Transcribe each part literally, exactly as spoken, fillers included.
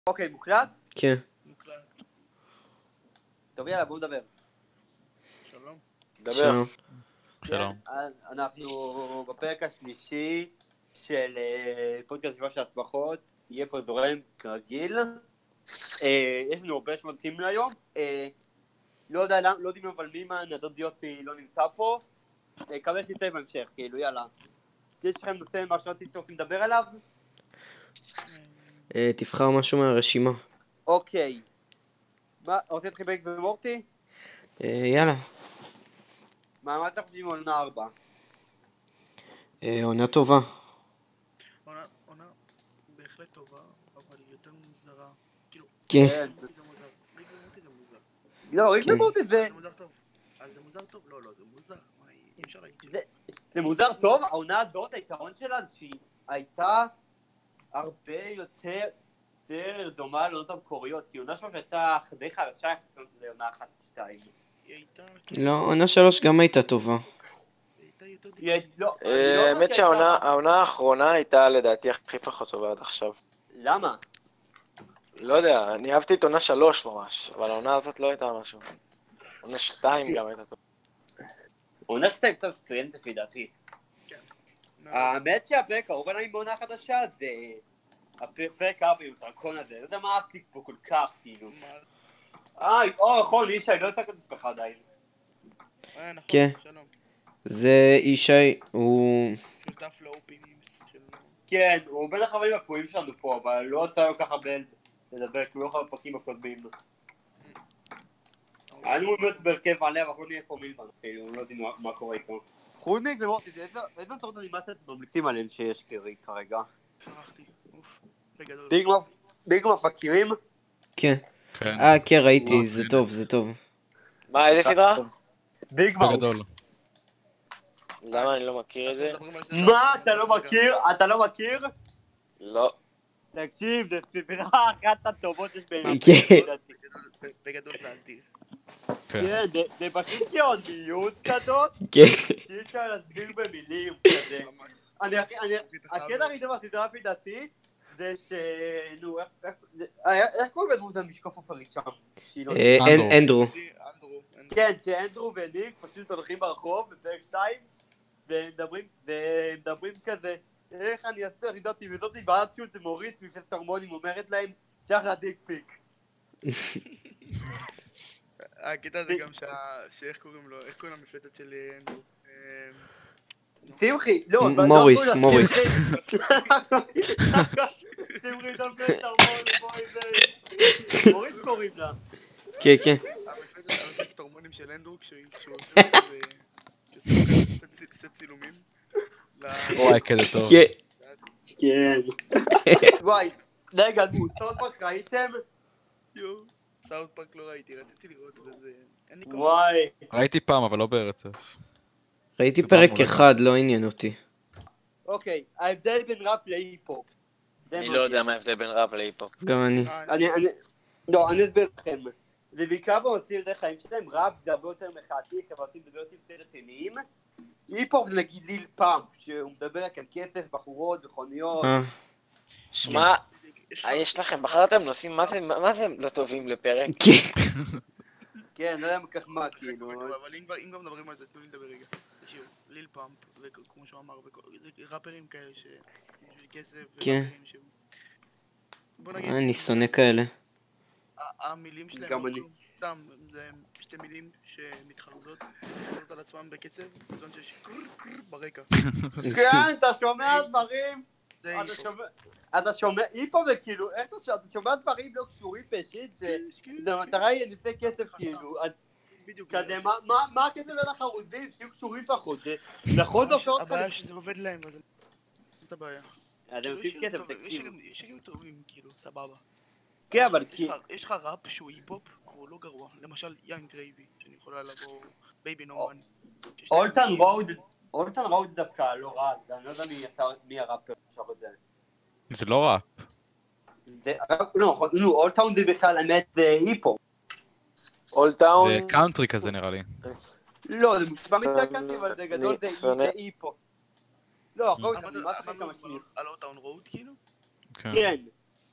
אוקיי, מוקלט? כן. מוקלט. טוב, יאללה, בואו נדבר. שלום. דבר. שלום. שלום. אנחנו בפרק השלישי של פודקאסט שבוע של הצמחות, יהיה פה זורם כרגיל. יש לנו הרבה שמתחילים להיום. לא יודע למה, לא יודעים אבל מי מהנדוד יוסי לא נמצא פה. מקווה שיצא בהמשך, כאילו, יאללה. יש לכם נושא מה שרציתם רוצים לדבר עליו? תבחר משהו מהרשימה. אוקיי. מה, רוצה להתחיל בריק ומורטי? יאללה. מה, מה אתם חושבים עונה ארבע? עונה טובה. עונה, עונה בהחלט טובה, אבל היא יותר מוזרה. כאילו, כן. זה מוזר. ריק ומורטי זה מוזר. לא, ריק ומורטי זה... זה מוזר טוב. אז זה מוזר טוב? לא, לא, זה מוזר. מה, אי אפשר להגיד. זה מוזר טוב, העונה הזאת, היתרון שלה זה שהיא הייתה הרבה יותר יותר דומה לעונות המקוריות, כי עונה שלוש הייתה די חדשה לעונה אחת ושתיים. היא הייתה... לא, עונה שלוש גם הייתה טובה. היא הייתה יותר היא הייתה... לא, האמת שהעונה האחרונה הייתה לדעתי הכי פחות טובה עד עכשיו. למה? לא יודע, אני אהבתי את עונה שלוש ממש, אבל העונה הזאת לא הייתה משהו. עונה שתיים גם הייתה טובה. עונה שתיים טוב מצוינת לפי דעתי. האמת שהפרק האהוב עליי בעונה חדשה זה הפרק ארבע עם הדרקון הזה, לא יודע מה אהבתי פה כל כך, כאילו. אה, או, נכון, ישי, לא הצגת את עצמך עדיין. אה, נכון, כן. שלום. זה ישי, הוא... שותף לאופינימס של... כן, הוא בין החברים הקבועים שלנו פה, אבל לא עושה לו ככה בין לדבר, כי הוא לא יכול בפרקים הקודמים. אני אומר להיות בהרכב מלא, אבל לא נהיה פה מילמן, כאילו, לא יודעים מה קורה איתו. חוץ מזה, איזה סרט אנימציה אתם ממליצים עליהם שיש כרגע? שכחתי, אוף, בגדול. ביגמאפ מכירים? כן. כן. אה, כן, ראיתי, זה טוב, זה טוב. מה, איזה סדרה? ביגמאפ. בגדול. למה אני לא מכיר את זה? מה? אתה לא מכיר? אתה לא מכיר? לא. תקשיב, זה סדרה אחת הטובות שיש בעיניי. כן. בגדול זה אדיר. כן, זה פשוט גאוניות כזאת, כן. שאי אפשר להסביר במילים כזה. הקטע הכי טוב בסדרה לפי דעתי, זה ש... נו, איך קוראים לדמות המשקוף עופרית שם? אנדרו. כן, שאנדרו וניק פשוט הולכים ברחוב בפרק שתיים, ומדברים כזה, איך אני אעשה יחידותי וזאתי, ואז פשוט זה מוריס מפסט הרמונים אומרת להם, שייך להדיק פיק. הקטע זה גם שאיך קוראים לו, איך קוראים למפלטת של אנדרו? שמחי, לא, מוריס, מוריס. שמחי, תמפלט הרמונים, מוריס קוראים לה. כן, כן. המפלטת הרמונים של אנדרו, כשהוא עושה סט צילומים. וואי, כזה טוב. כן. וואי, רגע, נו, סאוט פארק ראיתם? יו, סאוט פארק לא ראיתי, רציתי לראות וזה... וואי. ראיתי פעם, אבל לא ברצף. ראיתי פרק אחד, לא עניין אותי. אוקיי, ההבדל בין ראפ להיפ-הופ. אני לא יודע מה ההבדל בין ראפ להיפ-הופ. גם אני. לא, אני אסביר לכם. זה בעיקר בעושים דרך חיים שלהם, ראפ זה הרבה יותר מחאתי, חברתי מדבר יותר רציניים. היפ-הופ זה נגיד ליל פאמפ, שהוא מדבר רק על כסף, בחורות, מכוניות. שמע, יש לכם, בחרתם נושאים, מה זה לא טובים לפרק? כן. כן, לא יודע כך מה, כאילו. אבל אם גם מדברים על זה, תנו לי לדבר רגע. תקשיבו, ליל פאמפ, וכמו שהוא אמר, זה ראפרים כאלה ש... כסף, כן. בוא נגיד... אני שונא כאלה. המילים שלהם... גם אני. סתם, זה שתי מילים שמתחרזות, מתחרזות על עצמם בקצב, בזמן שיש קרר קרר ברקע. כן, אתה שומע דברים? אתה שומע, היפו זה כאילו, איך אתה שומע דברים לא קשורים פשוט, שהמטרה היא לנסה כסף כאילו, כזה, מה הכסף בין החרוזים, שיהיו קשורים פחות, נכון זה עושה אותך... הבעיה שזה עובד להם, אז זאת הבעיה. אז הם עושים כסף, תקשיבו. יש שירים טובים, כאילו, סבבה. כן, אבל כאילו... יש לך ראפ שהוא היפ-הופ, הוא לא גרוע, למשל יאנג גרייבי, שאני יכולה לבוא, בייבי נומן. אולטן רוד, אולטן רוד דווקא לא רע, אני לא יודע מי הראפר עכשיו את זה. זה לא ראפ. לא, אולטאון זה בכלל האמת זה היפו. אולטאון? זה קאונטרי כזה נראה לי. לא, זה מושפע מתקנטי, אבל זה גדול זה היפו. לא, רוד, אני מה צריך כמה שנים. על אולטאון רוד כאילו? כן.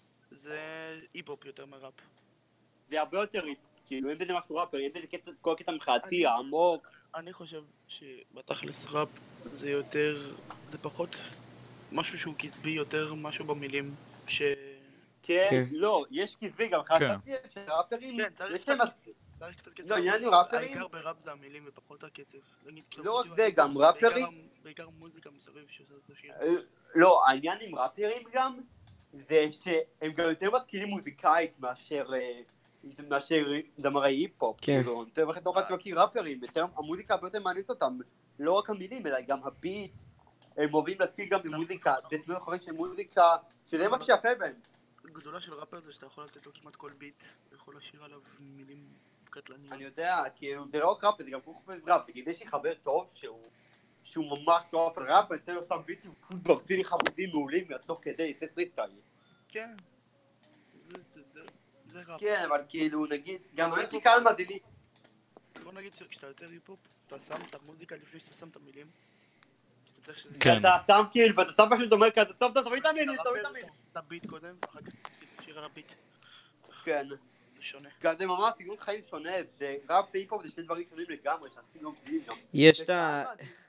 זה היפ-הופ יותר מראפ. זה הרבה יותר היפ, כאילו אין בזה משהו ראפר, אין בזה קטע, כל קטע מחאתי, העמוק. אני חושב שבתכלס ראפ זה יותר, זה פחות משהו שהוא קצבי, יותר משהו במילים ש... כן, כן. לא, יש כזה גם חשבתי שראפרים, כן, צריך יש קצת להם... צריך קצת קצב. לא, עניין עם ראפרים? העיקר בראפ זה המילים ופחות הקצב. נגיד, לא רק כשאנחנו זה, יודעים, גם בעיקר- ראפרים? בעיקר מוזיקה מסביב שעושה את השיר. לא, העניין עם ראפרים גם, זה שהם גם יותר מזכירים מוזיקאית מאשר... אה, מאשר זמרי היפ-הופ, כן. כאילו, אני יותר אחד שמכיר ראפרים, יותר, המוזיקה הרבה יותר מעניינת אותם, לא רק המילים, אלא גם הביט, הם אוהבים להזכיר גם במוזיקה, בסגנון אחרים של מוזיקה, שזה מה שיפה בהם. הגדולה של ראפר זה שאתה יכול לתת לו כמעט כל ביט, אתה יכול לשיר עליו מילים קטלניות. אני יודע, כאילו, זה לא רק ראפר, זה גם כמו חופש ראפ, נגיד, יש לי חבר טוב שהוא, שהוא ממש טוב על ראפ, אני אתן לו סתם ביט, הוא פשוט מגזיר לי חמודים מעולים, תוך כדי, זה פריסטייל. כן. זה, זה, זה, זה ראפ. כן, אבל כאילו, נגיד, גם יש לי קהל מאזינים. בוא נגיד שכשאתה יותר היפ-הופ, אתה שם את המוזיקה לפני שאתה שם את המילים. אתה צריך שזה... כן. אתה שם כאילו, ואתה שם פשוט אומר כזה, טוב, טוב, תביא את המילים, תביא את המילים. את הביט קודם, אחר כך תשאיר על הביט. כן. זה שונה. גם זה ממש סגנון חיים שונה, וראפ והיפ-הופ זה שני דברים שונים לגמרי, שאנשים לא מבינים גם. יש את ה...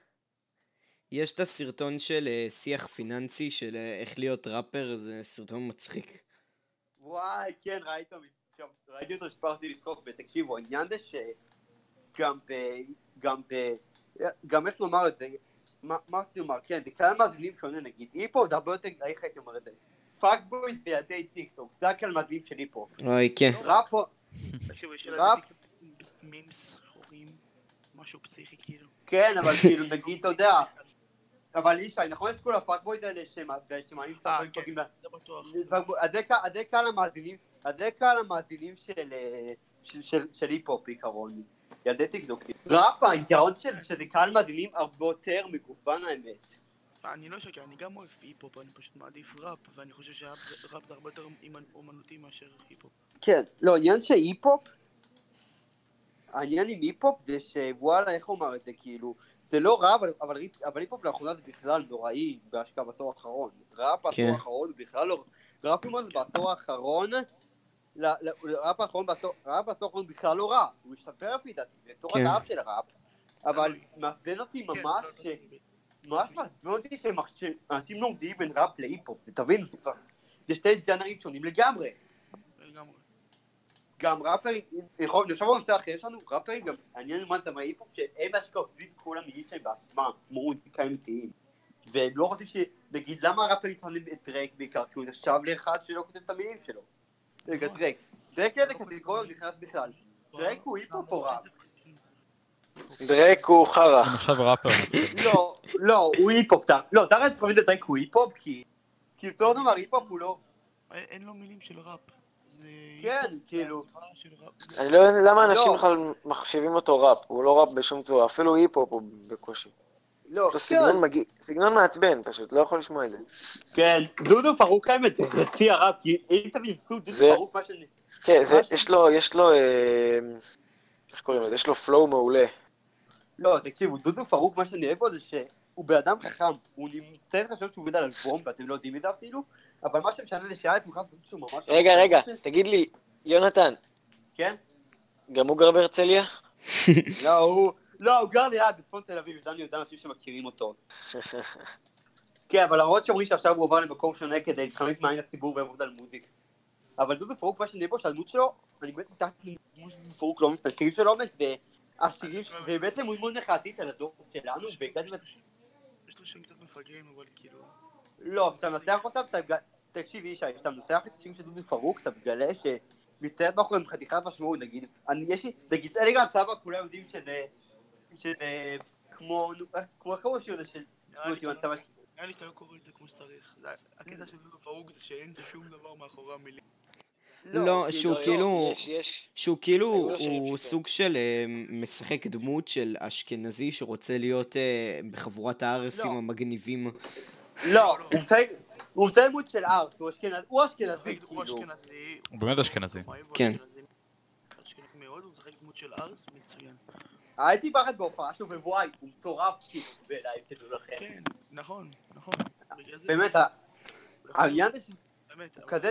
יש את הסרטון של אה, שיח פיננסי של אה, איך להיות ראפר, זה סרטון מצחיק. וואי, כן, ראית, עכשיו, ראיתי אותו שפרתי לצחוק, ותקשיבו, העניין זה שגם ב... גם ב... גם איך לומר את זה, מה מה רציתי לומר, כן, זה כלל מאזינים שונה, נגיד, היפ-הופ זה הרבה יותר, איך הייתי אומר את זה, פאק בויז בידי טיק-טוק, זה הכלל מאזינים של היפ-הופ. אוי, כן. ראפ, תקשיבו, יש ראפ? ילדים מימס שחורים, משהו פסיכי כאילו. כן, אבל כאילו, נגיד, אתה יודע, אבל אישי, נכון, יש כל הפאק בויז האלה שמעלים את אה, הדברים כן, פגים זה בטוח. אז זה קהל המאזינים, אז זה קהל המאזינים של, של, של, של היפ-הופ בעיקרון, ילדי טיקטוקים. ראפ, היתרון של שזה קהל מאזינים הרבה יותר מגוון האמת. אני לא אשקר, אני גם אוהב היפ-הופ, אני פשוט מעדיף ראפ, ואני חושב שראפ זה הרבה יותר אומנותי מאשר היפ-הופ. כן, לא, העניין של היפ-הופ, העניין עם היפ-הופ זה שוואלה, איך אומר את זה, כאילו, זה לא רע, אבל, אבל, אבל היפ-הופ לאחרונה זה בכלל נוראי בהשקעה בעשור האחרון. ראפ בעשור כן. האחרון, בכלל לא, ראפ עם זה בעשור האחרון, ל- ל- ראפ האחרון בעשור, ראפ בעשור האחרון בכלל לא רע, הוא השתפר לפי דעתי, זה תור כן. הדאב של הראפ, אבל מעצבן אותי כן, ממש, לא, ש- לא, ממש מעצבן אותי שמח- שאנשים לומדים בין ראפ להיפ-הופ, זה תבין, זה כבר- זה שתי ג'אנרים שונים לגמרי. לגמרי. גם ראפרים, נכון, נחשב בנושא אחר, יש לנו ראפרים גם, העניין מה זה מההיפ-הופ, שהם אשכרה כותבים את כל המילים שלהם בעצמם, כמו מוזיקאים אמיתיים. והם לא רוצים ש... נגיד, למה הראפרים שונאים את דרייק בעיקר? כי הוא נחשב לאחד שלא כותב את המילים שלו. רגע, דרייק. דרייק איזה קטגוריה הוא נכנס בכלל. דרייק הוא היפ-הופ או ראפ? דרייק הוא חרא. אני עכשיו ראפר. לא, לא, הוא היפ-הופ. אתה- לא, אתה רואה את דרייק הוא היפ-הופ, כי... כי אותו דבר, היפ-הופ הוא לא... אין אין לו מילים של ראפ. זה... כן, כאילו... זה של ראפ. זה- אני לא יודע למה אנשים לא. בכלל מחשיבים אותו ראפ, הוא לא ראפ בשום צורה, אפילו היפ-הופ הוא בקושי. לא, יש לו סגנון מגיע, סגנון מעצבן פשוט, לא יכול לשמוע את זה. כן, דודו פרוק האמת, זה לפי הראפ, כי אם תבין, דודו זה- פרוק מה שאני... כן, זה- ממש- יש לו, יש לו, אה, איך קוראים לזה? יש לו פלואו מעולה. לא, תקשיבו, דודו פרוק, מה שאני אוהב בו זה שהוא בן אדם חכם, הוא נמצא לך שהוא עובד על אלבום, ואתם לא יודעים את זה אפילו, אבל מה שמשנה זה שהיה את מוכן שהוא ממש... רגע, רגע, תגיד לי, יונתן, כן? גם הוא גר בהרצליה? לא, הוא... לא, הוא גר ליד בצפון תל אביב, ואני יודע אנשים שמכירים אותו. כן, אבל למרות שאומרים שעכשיו הוא עבר למקום שונה כדי להתחמק מעין הציבור ולעבוד על מוזיקה. אבל דודו פרוק, מה שאני אוהב בו, שהדמות שלו, אני באמת מתחת לדמות דודו פרוק, לא מבין את השירים שלו, באמת, והשירים, ובעצם הוא מאוד נחלתית על הדור שלנו, והגעתי... יש לו שם קצת מפגרים, אבל כאילו... לא, כשאתה מנתח אותם, אתה... תקשיב ישי, כשאתה מנתח את השירים של דודו פרוק, אתה מגלה שמסתיימת מאחורי עם חתיכת משמעות, נגיד, אני, יש לי, נגיד, אלי גם צבא, כולם יודעים שזה, שזה, כמו, כמו, כמו השיר הזה של, נראה לי כמו, שאתה צבא, לא- נראה לי שאתה לא קורא את זה כמו שצריך. זה- הקטע של זה בפרוג זה שאין שום דבר מאחורי המילים. לא, שהוא לא, כאילו... יש, יש. שהוא כאילו, היו לו שירים הוא שכן. סוג של אה, משחק דמות של אשכנזי שרוצה להיות אה, בחבורת הערסים לא. המגניבים. לא, הוא משחק, הוא משחק דמות של ארץ, הוא אשכנזי, הוא אשכנזי, הוא כאילו, אשכנזי. הוא באמת אשכנזי. הוא אוהב כן. אשכנזים. אשכנזי מאוד, הוא משחק דמות של ארס, מצוין. הייתי פחד בהופעה שלו, ווואי, הוא מטורף, כאילו, בעיניי, תדעו לכם, כן, נכון, נכון. בגלל זה- באמת, ה- העניין זה שהוא באמת, אבל- כזה,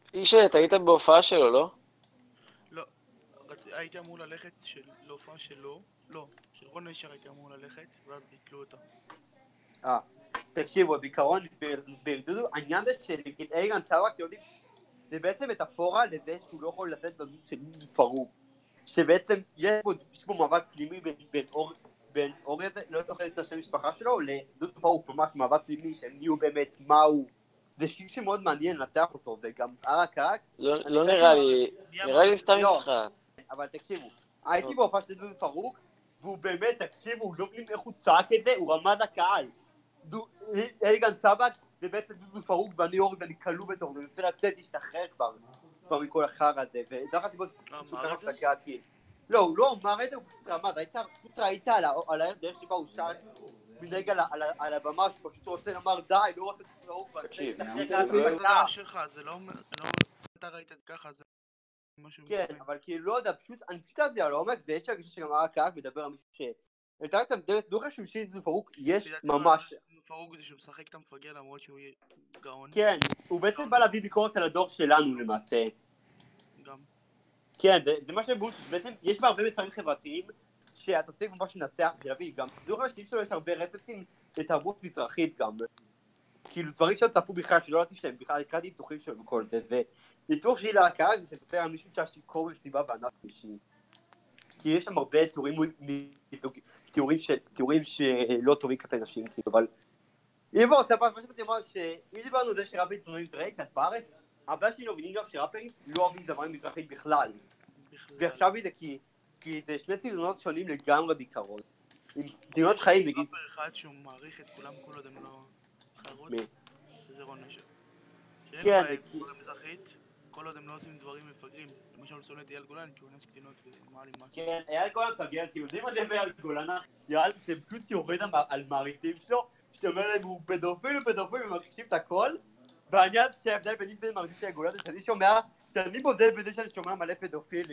אישת, היית בהופעה שלו, לא? לא, רצ- הייתי אמור ללכת של- להופעה שלו, לא, של רון נשר הייתי אמור ללכת, ואז ביטלו אותה. אה, תקשיבו, בעיקרון, דודו, העניין זה שנגיד אלירן סבק, אתם יודעים, זה בעצם מטאפורה לזה שהוא לא יכול לתת דמות של דודו פרוק. שבעצם יש פה, יש פה מאבק פנימי בין, בין אור, בין אור הזה, לא זוכר את השם המשפחה שלו, לדודו פרוק, ממש מאבק פנימי, שהם נהיו באמת מה הוא. זה שיר שמאוד מעניין לנתח אותו, וגם ערק ערק. לא אני לא חושב- נראה לי, נראה לי סתם לא. משחק. אבל תקשיבו, הייתי בהופעה של דודו פרוק, והוא באמת, תקשיבו, לא מבין איך הוא צעק את זה, הוא רמד הקהל. דו- אליגן סבק זה בעצם דודו פרוק ואני אורי ואני כלוא בתור זה, אני רוצה לצאת להשתחרר כבר, כבר מכל החרא הזה, ודרך הסיבות לא, שהוא אמר ככה את זה? הפסקה, כי... לא, הוא לא אמר את זה, הוא פשוט רמד, היית פשוט ראית על ה- על הדרך שבה הוא שר מנהג על ה- על ה- על הבמה, שהוא פשוט רוצה לומר די, לא רוצה דודו פרוק, ואני תקשיב, רוצה זה להשתחרר זה מההפסקה. הדעה שלך, זה לא אומר, זה לא- אתה ראית את זה ככה, זה משהו... כן, אבל כאילו לא יודע, פשוט, אני פשוט יודע על העומק, ויש הרגשה שגם ערק ערק מדבר על מישהו ש... לתאר את הדרך שהוא שיר דודו פרוק, יש לפי דעתי, ממש... פרוק זה שהוא משחק את המפגר למרות שהוא יהיה גאון. כן, הוא בעצם בא להביא ביקורת על הדור שלנו למעשה. גם. כן, זה, זה מה שבוש, בעצם יש בה הרבה מצרים חברתיים שאתה צריך ממש לנתח ולהביא, גם דור השני שלו יש הרבה רפסים לתרבות מזרחית גם. כאילו דברים שלא צפו בכלל, שלא ידעתי שהם בכלל, הקראתי ניתוחים שלו וכל זה, זה ניתוח שלי להקהל זה שספר על מישהו שהשיכור במסיבה וענף מישהי. כי יש שם הרבה תיאורים, תיאורים, ש, תיאורים שלא טובים כלפי נשים, כאילו, אבל... איבו, אתה פעם, מה שאתה אומר, שאם דיברנו על זה שראפרים צנועים דרייק, אז בארץ, הבעיה שלי לא מבינים גם שראפרים לא אוהבים דברים מזרחית בכלל. בכלל. ועכשיו זה כי, כי זה שני סגנונות שונים לגמרי בעיקרון. עם סגנונות חיים, נגיד... ראפר אחד שהוא מעריך את כולם כל עוד הם לא חרות, מי? זה רון נשר. שאין כן, בהם כי- כל המזרחית, כל עוד הם לא עושים דברים מפגרים. למשל הוא שונא את אייל גולן כי הוא אונס קטינות ומעלים משהו. כן, אייל גולן פגר, כי יודעים מה זה אייל גולן, אייל שפשוט יורד על- על מעריצים שלו, שאומר להם הוא פדופיל הוא פדופיל ומרגישים את הכל, והעניין שההבדל ביני לבין מעריצים של גולן זה שאני שומע, שאני בודד בזה שאני שומע מלא פדופילים.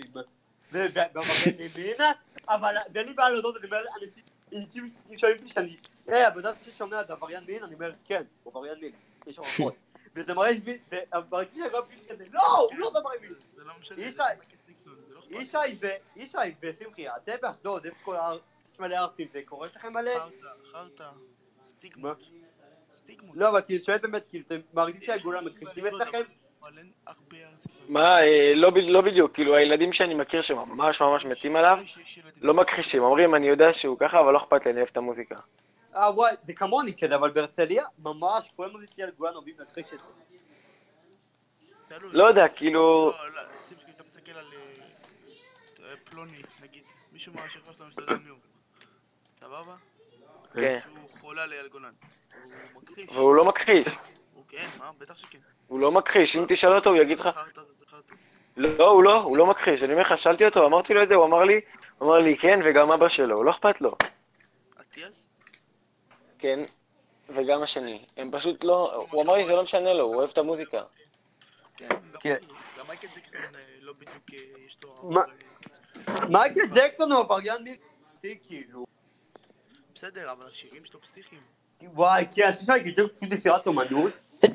ובמראה ימין, אבל ואני בא להודות, אני אומר, אנשים אנשים שואלים אותי שאני, היי, הבן אדם ששומע זה עבריין מין, אני אומר, כן, הוא עבריין מין, יש הוכחות. וזה מראה לי, ומרגיש שהגול פשוט כזה, לא, הוא לא עבריין מין. זה לא משנה, ישי. זה מייקל דיקסון, זה לא אכפת. ישי ו... ישי ושמחי, אתם באשדוד, איפה כל הארץ, יש מלא ארצים, זה קורה לכם מלא? חרטא, חרטא, סטיגמות. סטיגמות. לא, אבל כאילו, שואל באמת, כאילו, אתם מרגישים שהגולה מכחישים אצלכם? אבל אין הרבה ארצים. מה, אה, לא ב- לא בדיוק, כאילו הילדים שאני מכיר שממש ממש מתים עליו, יש ילדים- לא מכחישים, אומרים אני יודע שהוא ככה, אבל לא אכפת לי, אני אוהב את המוזיקה. אה, וואי, זה כמוני כזה, אבל בהרצליה, ממש, כל המוזיקה על גולה אוהבים להכחיש את זה. תלוי. לא יודע, כאילו, לא, לא, שים, אתה מסתכל על אה, פלוני, נגיד, מישהו מהשכבה שלנו שאתה יודע מי הוא. סבבה? כן, שהוא חולה לאייל גולן. הוא מכחיש. והוא לא מכחיש, הוא כן, מה? בטח שכן. הוא לא מכחיש, אם תשאל אותו הוא יגיד לך, חרטא זה חרטא. לא, הוא לא, הוא לא מכחיש, אני אומר לך, שאלתי אותו, אמרתי לו את זה, הוא אמר לי, הוא אמר לי כן, וגם אבא שלו, לא אכפת לו. אטיאס? כן, וגם השני, הם פשוט לא, הוא אמר לי שזה לא משנה לו, הוא אוהב את המוזיקה. כן, גם כן. הוא. גם מייקל דיקסון אה, לא בדיוק אה, יש לו... מה? מייקל ג'קסון הוא עבריין מין, כאילו. בסדר, אבל השירים שלו פסיכיים. וואי, כן, אני חושב שמייקל ג'קסון פשוט יצירת אומנות.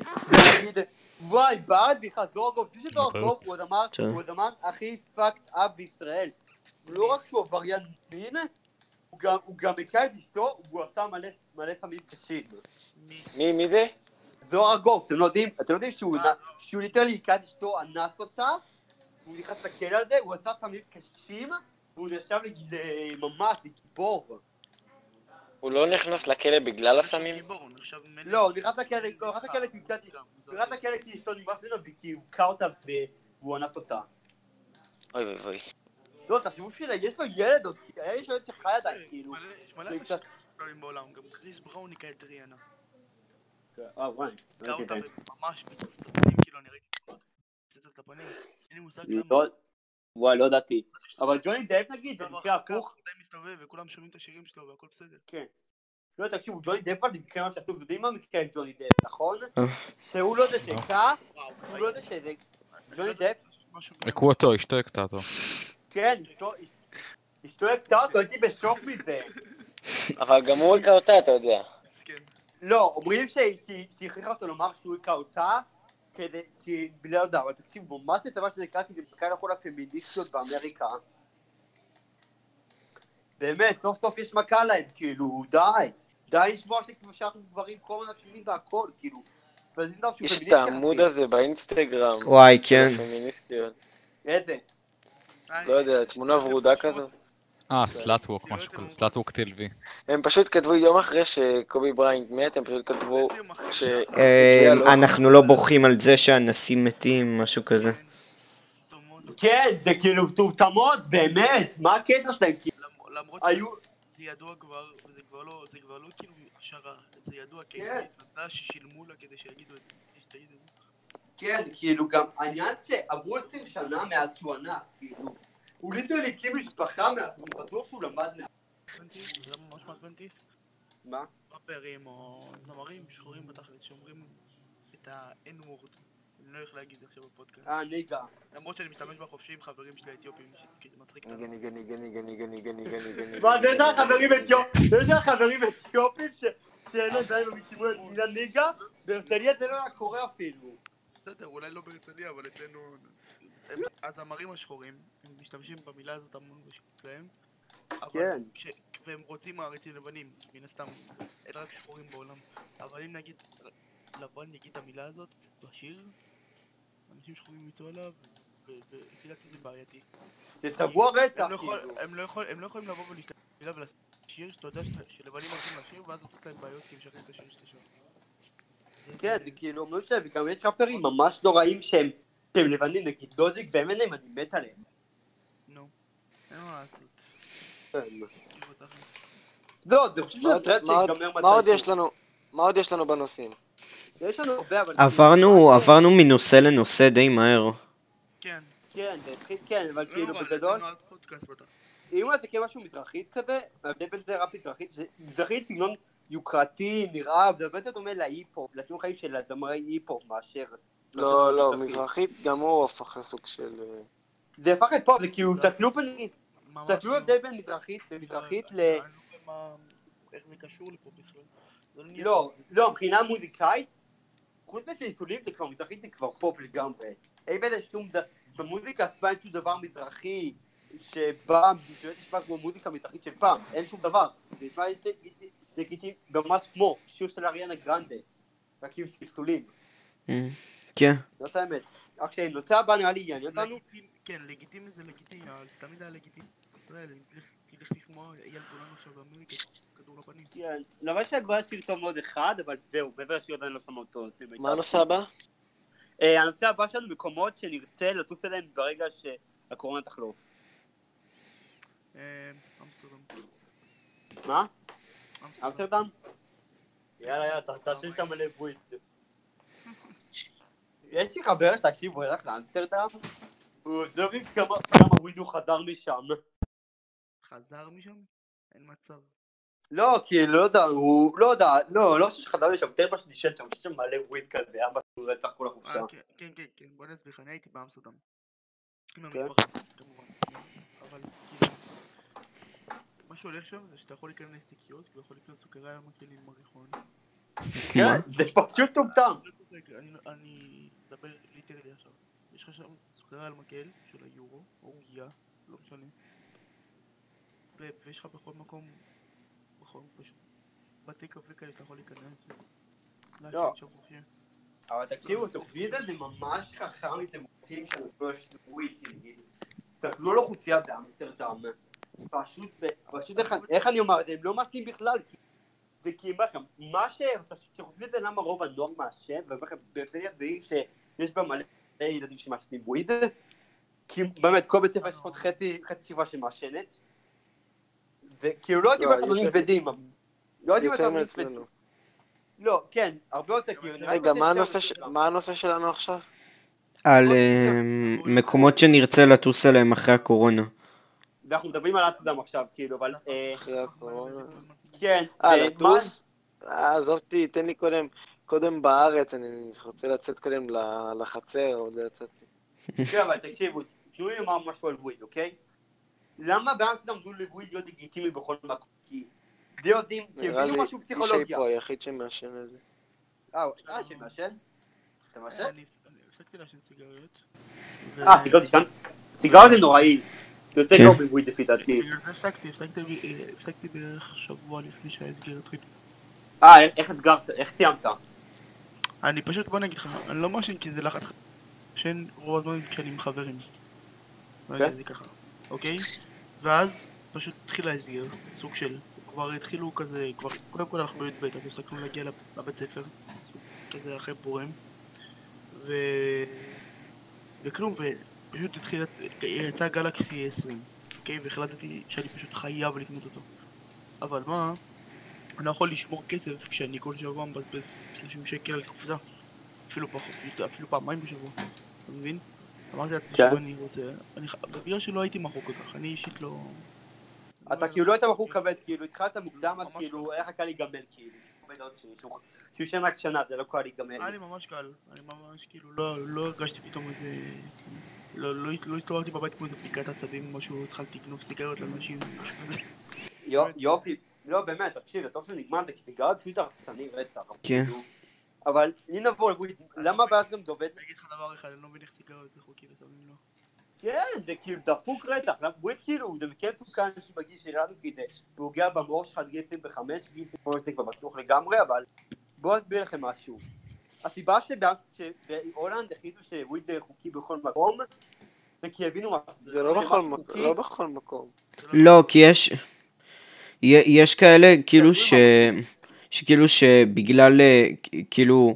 וואי, בארץ בכלל, דורגוב, מי שדורגוב הוא הזמר, הוא הזמר הכי פאקט אפ בישראל. לא רק שהוא עבריין מין, הוא גם- הוא גם הכה את אשתו, והוא עשה מלא- מלא סמים קשים. מי? מי, מי זה? זוהר ארגוב, אתם לא יודעים, אתם לא יודעים שהוא אה, נ- שהוא ליטרלי הכה את אשתו, אנס אותה, הוא נכנס לכלא על זה, הוא עשה סמים קשים, והוא נחשב לגיל ממש, לגיבור. הוא לא נכנס לכלא בגלל הוא נחשב הסמים? גיבור, הוא נחשב מלך. לא, הוא נכנס לכלא, לא, הוא נכנס לכלא כי הוא קצת... גם, הוא נכנס לכלא כי אשתו נמאס ממנו וכי הוא הכה אותה והוא אנס אותה. אוי ואי ואי. לא, תחשבו שלה, יש לו ילד עוד, היה לי שואלת שחי עדיין, כאילו. מלא- יש מלא זה אנשים קצת- טובים בעולם, גם קריס בראון ניקה את ריאנה. אה, וואי. ניקה אותה ממש מצוץ את הפנים, כאילו אני ראיתי מצוץ את הפנים. אין לי מושג למה. לא- וואי, לא ידעתי. אבל ג'וני דאפ נגיד, זה אבל מקרה אחר כך הפוך. הוא עדיין מסתובב וכולם שומעים את השירים שלו והכל בסדר. כן. לא, תקשיבו, ג'וני דאפ זה מקרה מה שעשו, יודעים מה המקרה עם ג'וני דאפ, נכון? שהוא לא זה שהכה, וואו, הוא לא זה שזה... ג'וני דאפ, משהו הכו אותו, אשתו הכתה אותו. כן, אשתו... אשתו הכתה אותו, הייתי בשוק מזה. אבל גם הוא הכה אותה, אתה יודע. מסכן. לא, אומרים שהיא שהיא- שהיא הכריחה אותו לומר שהוא הכה אותה, כדי, כי, לא יודע, אבל תקשיב, ממש לצבא שזה קרה, כי זה מקרה לכל הפמיניסטיות באמריקה. באמת, סוף סוף יש מכה להם, כאילו, די. די לשמוע שאנחנו גברים כל מיני אשמים והכל, כאילו. יש את העמוד הזה באינסטגרם. וואי, כן. פמיניסטיות. איזה? לא יודע, תמונה ורודה כזאת. אה, סלאטווק, משהו כזה, סלאטווק טילבי. הם פשוט כתבו יום אחרי שקובי בריינט מת, הם פשוט כתבו ש... אנחנו לא בוכים על זה שהאנסים מתים, משהו כזה. כן, זה כאילו טומטמות, באמת, מה הקטע שלהם? למרות שזה ידוע כבר, וזה כבר לא, זה כבר לא כאילו השערה, זה ידוע כי התנדה ששילמו לה כדי שיגידו את זה. כן, כאילו גם העניין שעברו עשרים שנה מאז שהוא ענה, כאילו, הוא ליטרלי הקים משפחה מאז, הוא בטוח שהוא למד מאז. זה ממש מעצבנתי. מה? רפרים או זמרים שחורים בתכלית שאומרים את ה-N-word. אני לא הולך להגיד זה עכשיו בפודקאסט. אה, ניגה. למרות שאני משתמש בחופשי עם חברים שלי האתיופים, כי זה מצחיק. ניגה, ניגה, ניגה, ניגה, ניגה, ניגה, ניגה, ניגה. מה, זה יש לך חברים אתיופים, יש לך חברים אתיופים שאין להם דברים במיתימו את מילה ניגה, בהרצליה זה לא היה קורה אפילו. בסדר, אולי לא בהרצליה, אבל אצלנו... הזמרים השחורים, הם משתמשים במילה הזאת המון בשביל כן. והם רוצים מעריצים לבנים, מן הסתם, אין רק שחורים בעולם. אבל אם נגיד, לבן יגיד את המילה הזאת בשיר, אנשים שחורים יצאו עליו, ולפי דעתי זה בעייתי. זה צבוע רצח, כאילו. הם לא יכולים לבוא ולהשתמש במילה ולשיר, שאתה יודע שלבנים הולכים לשיר, ואז יוצאות להם בעיות כי הם שרים את השיר של השיר. כן, זה כאילו, לא חושב, וגם יש רפרים ממש נוראים שהם לבנים, נגיד דוז'יק והם אין להם, אני מת עליהם. נו, אין מה לעשות. לא, זה חושב שזה טרד שיגמר מתי. מה עוד יש לנו? מה עוד יש לנו בנושאים? יש לנו הרבה, אבל... עברנו, עברנו מנושא לנושא די מהר. כן. כן, זה התחיל כן, אבל כאילו בגדול... אם אתה כאילו משהו מזרחית כזה, ההבדל בין זה ראפ מזרחית, מזרחית סגנון יוקרתי, נראה, זה הרבה יותר דומה להיפ-הופ, לסיום חיים של הזמרי היפ-הופ מאשר... לא, לא, מזרחית גם הוא הפך לסוג של... זה הפך את פה, זה כאילו, תסתכלו בין... תסתכלו הבדל בין מזרחית ומזרחית ל... איך זה קשור לפה בכלל? לא, לא, מבחינה מוזיקאית, חוץ מסלסולים זה כבר מזרחית, זה כבר פופ לגמרי. אין בזה שום דבר, במוזיקה אף פעם שום דבר מזרחי שבא, זה נשמע כמו מוזיקה מזרחית של פעם, אין שום דבר. זה נשמע לגיטימי ממש כמו שיר של אריאנה גרנדה, רק עם סלסולים. כן. זאת האמת. אוקיי, נושא הבא נראה לי עניין אותנו. כן, לגיטימי זה לגיטימי, אבל זה תמיד היה לגיטימי. ישראל, תלך לשמוע אייל גולן עכשיו באמריקה, כדור לפנים. כן, למרות שהגבוה שיר טוב מאוד אחד, אבל זהו, מעבר לשיר עדיין לא שמע אותו. מה הנושא הבא? הנושא הבא שלנו מקומות שנרצה לטוס אליהם ברגע שהקורונה תחלוף. אמסטרדם. מה? אמסטרדם? יאללה, יאללה, תעשין שם לבויד. יש לי חבר שתקשיב, הוא הלך לאמסטרדם, הוא זורים כמה וויד הוא חזר משם. חזר משם? אין מצב. לא, כי לא יודע, הוא לא יודע, לא, לא חושב שחזר משם, תראה פשוט נשאר שם, יש שם מלא וויד כזה, היה משהו רצח כל החופשה. כן, כן, כן, בוא נסביר לך, אני הייתי באמסטרדם. עם המשפחה, כמובן. אבל כאילו, מה שהולך שם זה שאתה יכול להיכנס לקיוסק ויכול לקנות סוכריה מקלים מריחון. כן, זה פשוט טומטם. אני מדבר ליטרלי עכשיו. יש לך שם סוכריה על מקל של היורו, או עוגיה, לא משנה. ויש לך בכל מקום, בכל פשוט בתי קפה כאלה שאתה יכול להיכנס. לא. אבל תקשיבו, תוקביד הזה ממש חכם אם אתם רוצים שאנחנו לא שתבואי, תגיד. תקנו לו חוצייה באמסטרדם. פשוט, פשוט איך אני אומר את זה, הם לא מעשנים בכלל. זה כי מה שחושבים את זה למה רוב הנוער מעשן, ובהרצליה זה עיר שיש בה מלא ילדים שמעשנים וויד. כי באמת, כל בית ספר יש לפחות חצי שכבה שמעשנת. וכאילו לא יודעים מה חזונים כבדים. לא יודעים מה חזונים כבדים. לא, כן, הרבה יותר כאילו. רגע, מה הנושא שלנו עכשיו? על מקומות שנרצה לטוס אליהם אחרי הקורונה. ואנחנו מדברים על אמסטרדם עכשיו, כאילו, אבל... אחרי הקורונה. כן. אה, לטוס? עזוב אותי, תן לי קודם, קודם בארץ, אני רוצה לצאת קודם לחצר, עוד לא יצאתי. כן, אבל תקשיבו, תנו לי לומר משהו על וויד, אוקיי? למה באמסטרדם דו לוויד להיות לגיטימי בכל מקום? כי די יודעים, כי הם בדיוק משהו פסיכולוגיה. אישי פה היחיד שמעשן את זה. אה, אה, שמעשן? אתה מעשן? הפסקתי לעשן סיגריות. אה, סיגריות ישן? סיגריות זה נוראי. זה יוצא כן. לא בוויד לפי דעתי. בגלל זה הפסקתי, הפסקתי, הפסקתי בערך שבוע לפני שההסגר התחיל. אה, איך הסגרת? איך סיימת? אני פשוט, בוא נגיד לך, אני לא מעשן כי זה לחץ מעשן רוב הזמן כשאני עם חברים. לא יודע, זה ככה, אוקיי? ואז פשוט התחיל ההסגר, סוג של, כבר התחילו כזה, כבר, קודם כל אנחנו בי"ב, אז הפסקנו להגיע לבית ספר, כזה אחרי פורים, ו... וכלום, ופשוט התחיל, יצא גלקסי עשרים, אוקיי? והחלטתי שאני פשוט חייב לקנות אותו. אבל מה? אני לא יכול לשמור כסף כשאני כל שבוע מבזבז שלושים שקל על קופסה. אפילו פחות, אפילו פעמיים בשבוע, אתה מבין? אמרתי לעצמי כן. שאני רוצה, אני ח... בגלל שלא הייתי מחוק כל כך, אני אישית לא... אתה כאילו לא היית בחור כבד, כאילו התחלת מוקדם, אז ממש כאילו לא. היה לך קל להיגמל, כאילו. עובד עוד שני, שהוא שהוא שנה רק שנה, זה לא קל להיגמל. היה לי ממש קל, אני ממש כאילו לא, לא הרגשתי פתאום איזה... לא, לא, לא הסתובבתי בבית כמו איזה בדיקת עצבים, משהו, התחלתי לגנוב סיגריות לאנשים, משהו כזה. יו- יופי, לא באמת, תקשיב, זה טוב שנגמר, זה כי סיגריות פשוט הרסני רצח. כן. כאילו. אבל הנה נבוא לוויד, למה הבעיה גם דובד? אני אגיד לך דבר אחד, אני לא מבין איך סיגריות זה חוקי וסמים לא. כן, זה כאילו דפוק רצח, וויד כאילו, זה כן סוכן שבגיל שלנו, כי זה פוגע במוח שלך עד גיל עשרים וחמש, גיל עשרים וחמש זה כבר בטוח לגמרי, אבל בואו אסביר לכם משהו. הסיבה שבהולנד החליטו שוויד זה חוקי בכל מקום, זה כי הבינו מה... זה לא בכל מקום, לא בכל מקום. לא, כי יש... י- יש כאלה, כאילו ש... שכאילו שבגלל, אה, כאילו,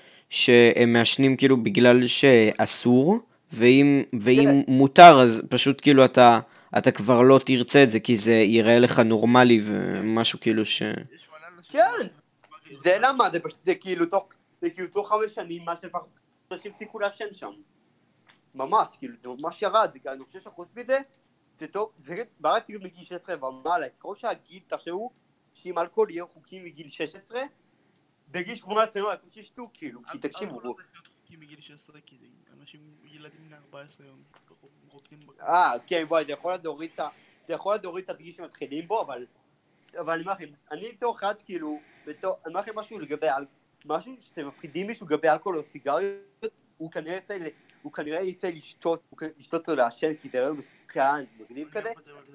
שהם מעשנים כאילו בגלל שאסור, ואם, ואם מותר אז פשוט כאילו אתה, אתה כבר לא תרצה את זה, כי זה ייראה לך נורמלי ומשהו כאילו ש... יש מלא אנשים... כן, זה למה, זה פשוט, זה כאילו תוך, זה כאילו תוך חמש שנים, מה שלפחות אנשים הפסיקו לעשן שם. ממש, כאילו, זה ממש ירד, זה אני חושב שחוץ מזה, זה טוב, זה בארץ כאילו מגיל שש עשרה ומעלה, כמו שהגיל, תחשבו, שאם אלכוהול יהיה חוקי מגיל שש עשרה, בגיל שמונה עשרה לא, כמו שישתו, כאילו, כי תקשיבו, אלכוהול לא צריך להיות חוקי מגיל שש עשרה, כי זה אנשים, ילדים בני ארבע עשרה היום, רוקדים בגלל. אה, כן, בואי, זה יכול להוריד את ה... זה יכול להוריד את הגיל שמתחילים בו, אבל... אבל אני אומר לכם, אני בתור אחד, כאילו, בתור... אני אומר לכם משהו לגבי אל... משהו שאתם מפחידים מישהו לגבי אלכוהול או סיגריות, הוא כנראה יצא, הוא כנראה יצא לשתות, הוא כנראה לשתות לו לעשן, כי זה רעיון מסוכן, מגניב כזה.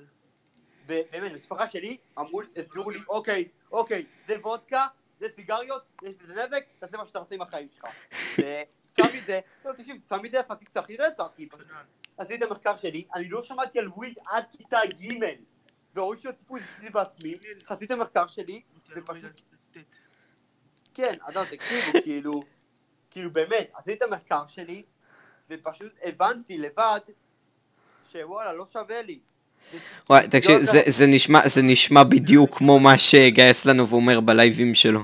ובאמת, המשפחה שלי אמרו, הסבירו לי, אוקיי, אוקיי, זה וודקה, זה סיגריות, יש בזה נזק, תעשה מה שאתה רוצה עם החיים שלך. ושם מזה, לא, תקשיב, שם מזה עשיתי קצת הכי רצח, כי עשיתי את המחקר שלי, אני לא שמעתי על וויד עד כיתה ג' והוריד שהסיפור זה בעצמי, עשיתי את המחקר שלי, ופשוט... כן, אז תקשיבו, כאילו, כאילו באמת, עשיתי את המחקר שלי, ופשוט הבנתי לבד, שוואלה, לא שווה לי. וואי, תקשיב, זה, זה נשמע, זה נשמע בדיוק כמו מה שגייס לנו ואומר בלייבים שלו.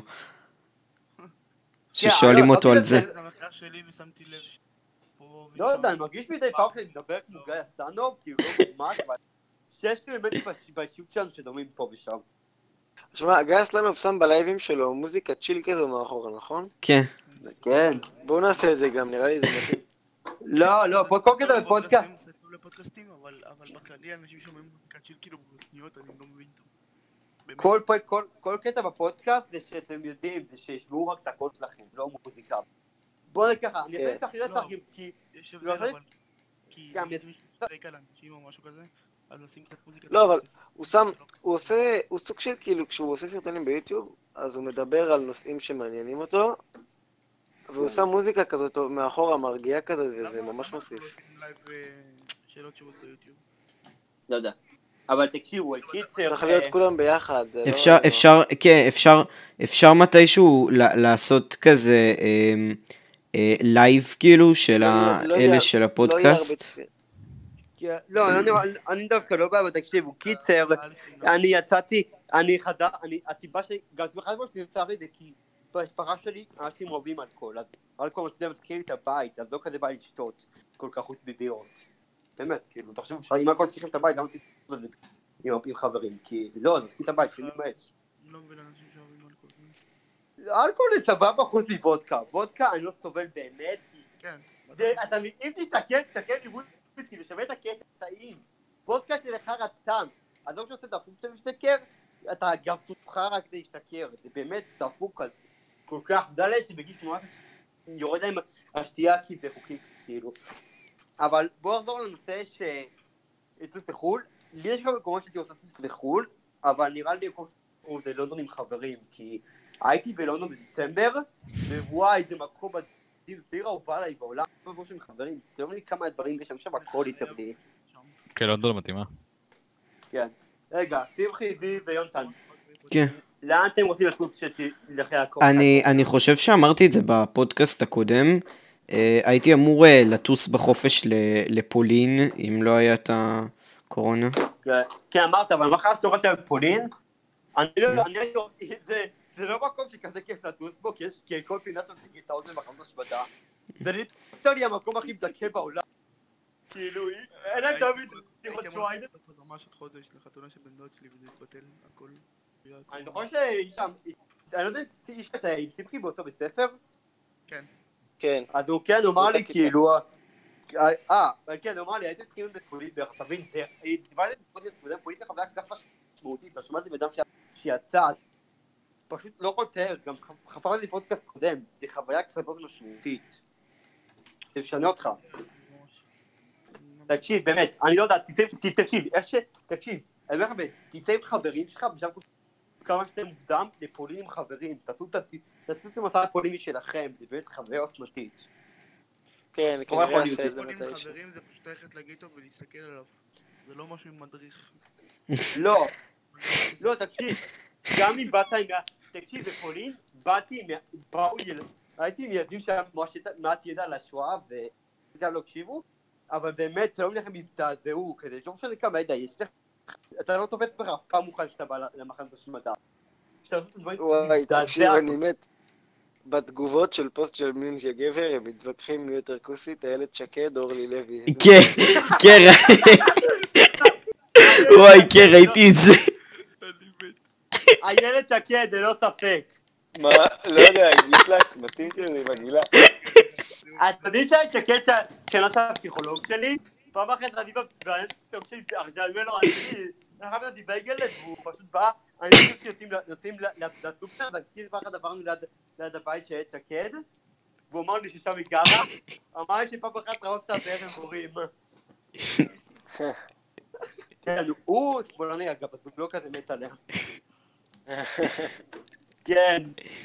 ששואלים אותו על זה. זה המחקר שלי ושמתי לב. לא יודע, אני מרגיש מדי פעם שאני מדבר כמו גיא סטנוב, כאילו לא ממש, אבל שיש לי באמת באישיות שלנו שדומים פה ושם. תשמע, גיא סלנוב שם בלייבים שלו מוזיקה צ'יל כזו מאחורה, נכון? כן. כן. בואו נעשה את זה גם, נראה לי זה מתאים. לא, לא, פה כל כזה בפודקאסט. זה טוב לפודקאסטים, אבל בכללי אנשים שומעים מוזיקה צ'יל כאילו בפניות, אני לא מבין טוב. כל, כל, כל, כל קטע בפודקאסט זה שאתם יודעים, זה שישמעו רק את הקול שלכם, לא מוזיקה. בואו נגיד ככה, אני אעשה את זה הכי רצח, כי... יש הבדל אבל, כי גם אם מישהו מתרק על אנשים או משהו כזה, אז נשים קצת מוזיקה. לא, אבל הוא שם, הוא עושה, הוא סוג של כאילו, כשהוא עושה סרטונים ביוטיוב, אז הוא מדבר על נושאים שמעניינים אותו, והוא שם מוזיקה כזאת מאחורה מרגיעה כזאת, וזה ממש מוסיף. למה אנחנו לא עושים לייב שאלות תשובות ביוטיוב? לא יודע. אבל תקשיבו, קיצר... צריך להיות כולם ביחד. אפשר, אפשר, כן, אפשר, אפשר מתישהו לעשות כזה לייב כאילו של האלה של הפודקאסט. לא, אני דווקא לא בא, אבל תקשיבו, קיצר, אני יצאתי, אני חדה, הסיבה שגם אחד מה שאני יצא לי זה כי במשפחה שלי אנשים אוהבים אלכוהול, אז אלכוהול מצליח מזכיר לי את הבית, אז לא כזה בא לשתות כל כך חוץ בבירות. באמת, כאילו, תחשבו, אם אלכוהול מזכיר את הבית, למה תשתות את זה עם חברים? כי לא, זה מזכיר את הבית, שלי באמת. לא מבין אנשים שאוהבים אלכוהול. אלכוהול זה סבבה חוץ מוודקה, וודקה אני לא סובל באמת, כי... כן. אם תסתכל, תסתכל ניבול כי זה שווה את הכסף טעים. וודקה שלך רטם. אז לא שעושה דפוק שאתה משתכר, אתה גם צורך רק להשתכר. זה באמת דפוק על כל כך דלה שבגיל שמונה עשרה יורד להם השתייה כי זה חוקי, כאילו. אבל בואו נחזור לנושא שיצאו לחו"ל, לי יש כמה מקומות שהייתי עושה לחו"ל, אבל נראה לי או זה לונדון עם חברים, כי הייתי בלונדון בדצמבר, ווואי, זה מקום בדיז, זה עיר האהובה עליי בעולם, כמו עם חברים, אתה לא מבין כמה דברים יש שם, שם הכל איטרלי. כן, לונדון מתאימה. כן. רגע, שמחי, זיו ויונתן. כן. לאן אתם רוצים לטוס שתלכי הכל? אני, אני חושב שאמרתי את זה בפודקאסט הקודם, אה, הייתי אמור אה, לטוס בחופש ל- לפולין, אם לא היה את הקורונה. כן, אמרת, אבל מה חייב שתורת של פולין? אני לא, אני לא, זה, זה לא מקום שכזה כיף לטוס בו, כי יש, כי כל פינה שם תגיד האוזן מחנות השמדה. זה ליטרלי המקום הכי מזכה בעולם. כאילו, אין להם תמיד לראות שווייד. הייתי ממש עוד חודש לחתונה של בן דוד שלי וזה התבטל הכל. אני זוכר שיש שם, אני לא יודע אם יש את סיפחי באותו בית ספר? כן. כן. אז הוא כן, הוא אמר לי באותה כיתה. כאילו, אה, כן, הוא אמר לי, הייתי צריכים את פוליט בערך, תבין, דיברתי בפודקאסט קודם, פוליט חוויה כל כך משמעותית, אתה שמעתי בדם שיצא, פשוט לא יכול לתאר, גם חפרתי בפודקאסט קודם, זה חוויה כזאת משמעותית. זה משנה אותך. תקשיב, באמת, אני לא יודע, תקשיב, איך ש... תקשיב, אני אומר לך, תצא עם חברים שלך, ושם כמה שאתם מוקדם לפולין עם חברים, תעשו את המסע הפוליני שלכם, זה באמת חוויה עוצמתית. כן, כמו יכול כנראה להיות. עשה את זה עם מתישהו. חברים זה פשוט ללכת לגיטו ולהסתכל עליו. זה לא משהו עם מדריך. לא, לא, תקשיב, גם אם באת עם... תקשיב, בפולין, באתי עם... באו ילדים, הייתי עם ילדים שהיה מעט ידע על השואה, וגם לא הקשיבו, אבל באמת, לא מלכם הזדעזעו, כדי לא משנה כמה ידע יש לך, אתה לא תופס בך אף פעם מוכן שאתה בא למחנת השמדה. וואי, תקשיב, אני מת. בתגובות של פוסט של מינזיה גבר, הם מתווכחים מי יותר כוסית, איילת שקד, אורלי לוי. כן, כן, וואי, כן, ראיתי את זה. איילת שקד, זה לא ספק. מה? לא יודע, גיסלק, מתאים שלי, מגעילה. אתה יודעים שאיילת שקד, שאלה של הפסיכולוג שלי, פעם אחת אני בפסיכולוג שלי, עכשיו אני אומר לו, אני חייב לדעת בייגלת, והוא פשוט בא, אני חושב שיוצאים לסופר, וכאילו פעם אחת עברנו ליד הבית של איילת שקד, והוא אמר לי ששם היא גרה, אמר לי שפעם אחת ראה אותה בערב הורים. כן, הוא שמאלני אגב, אז הוא לא כזה מת עליה. כן.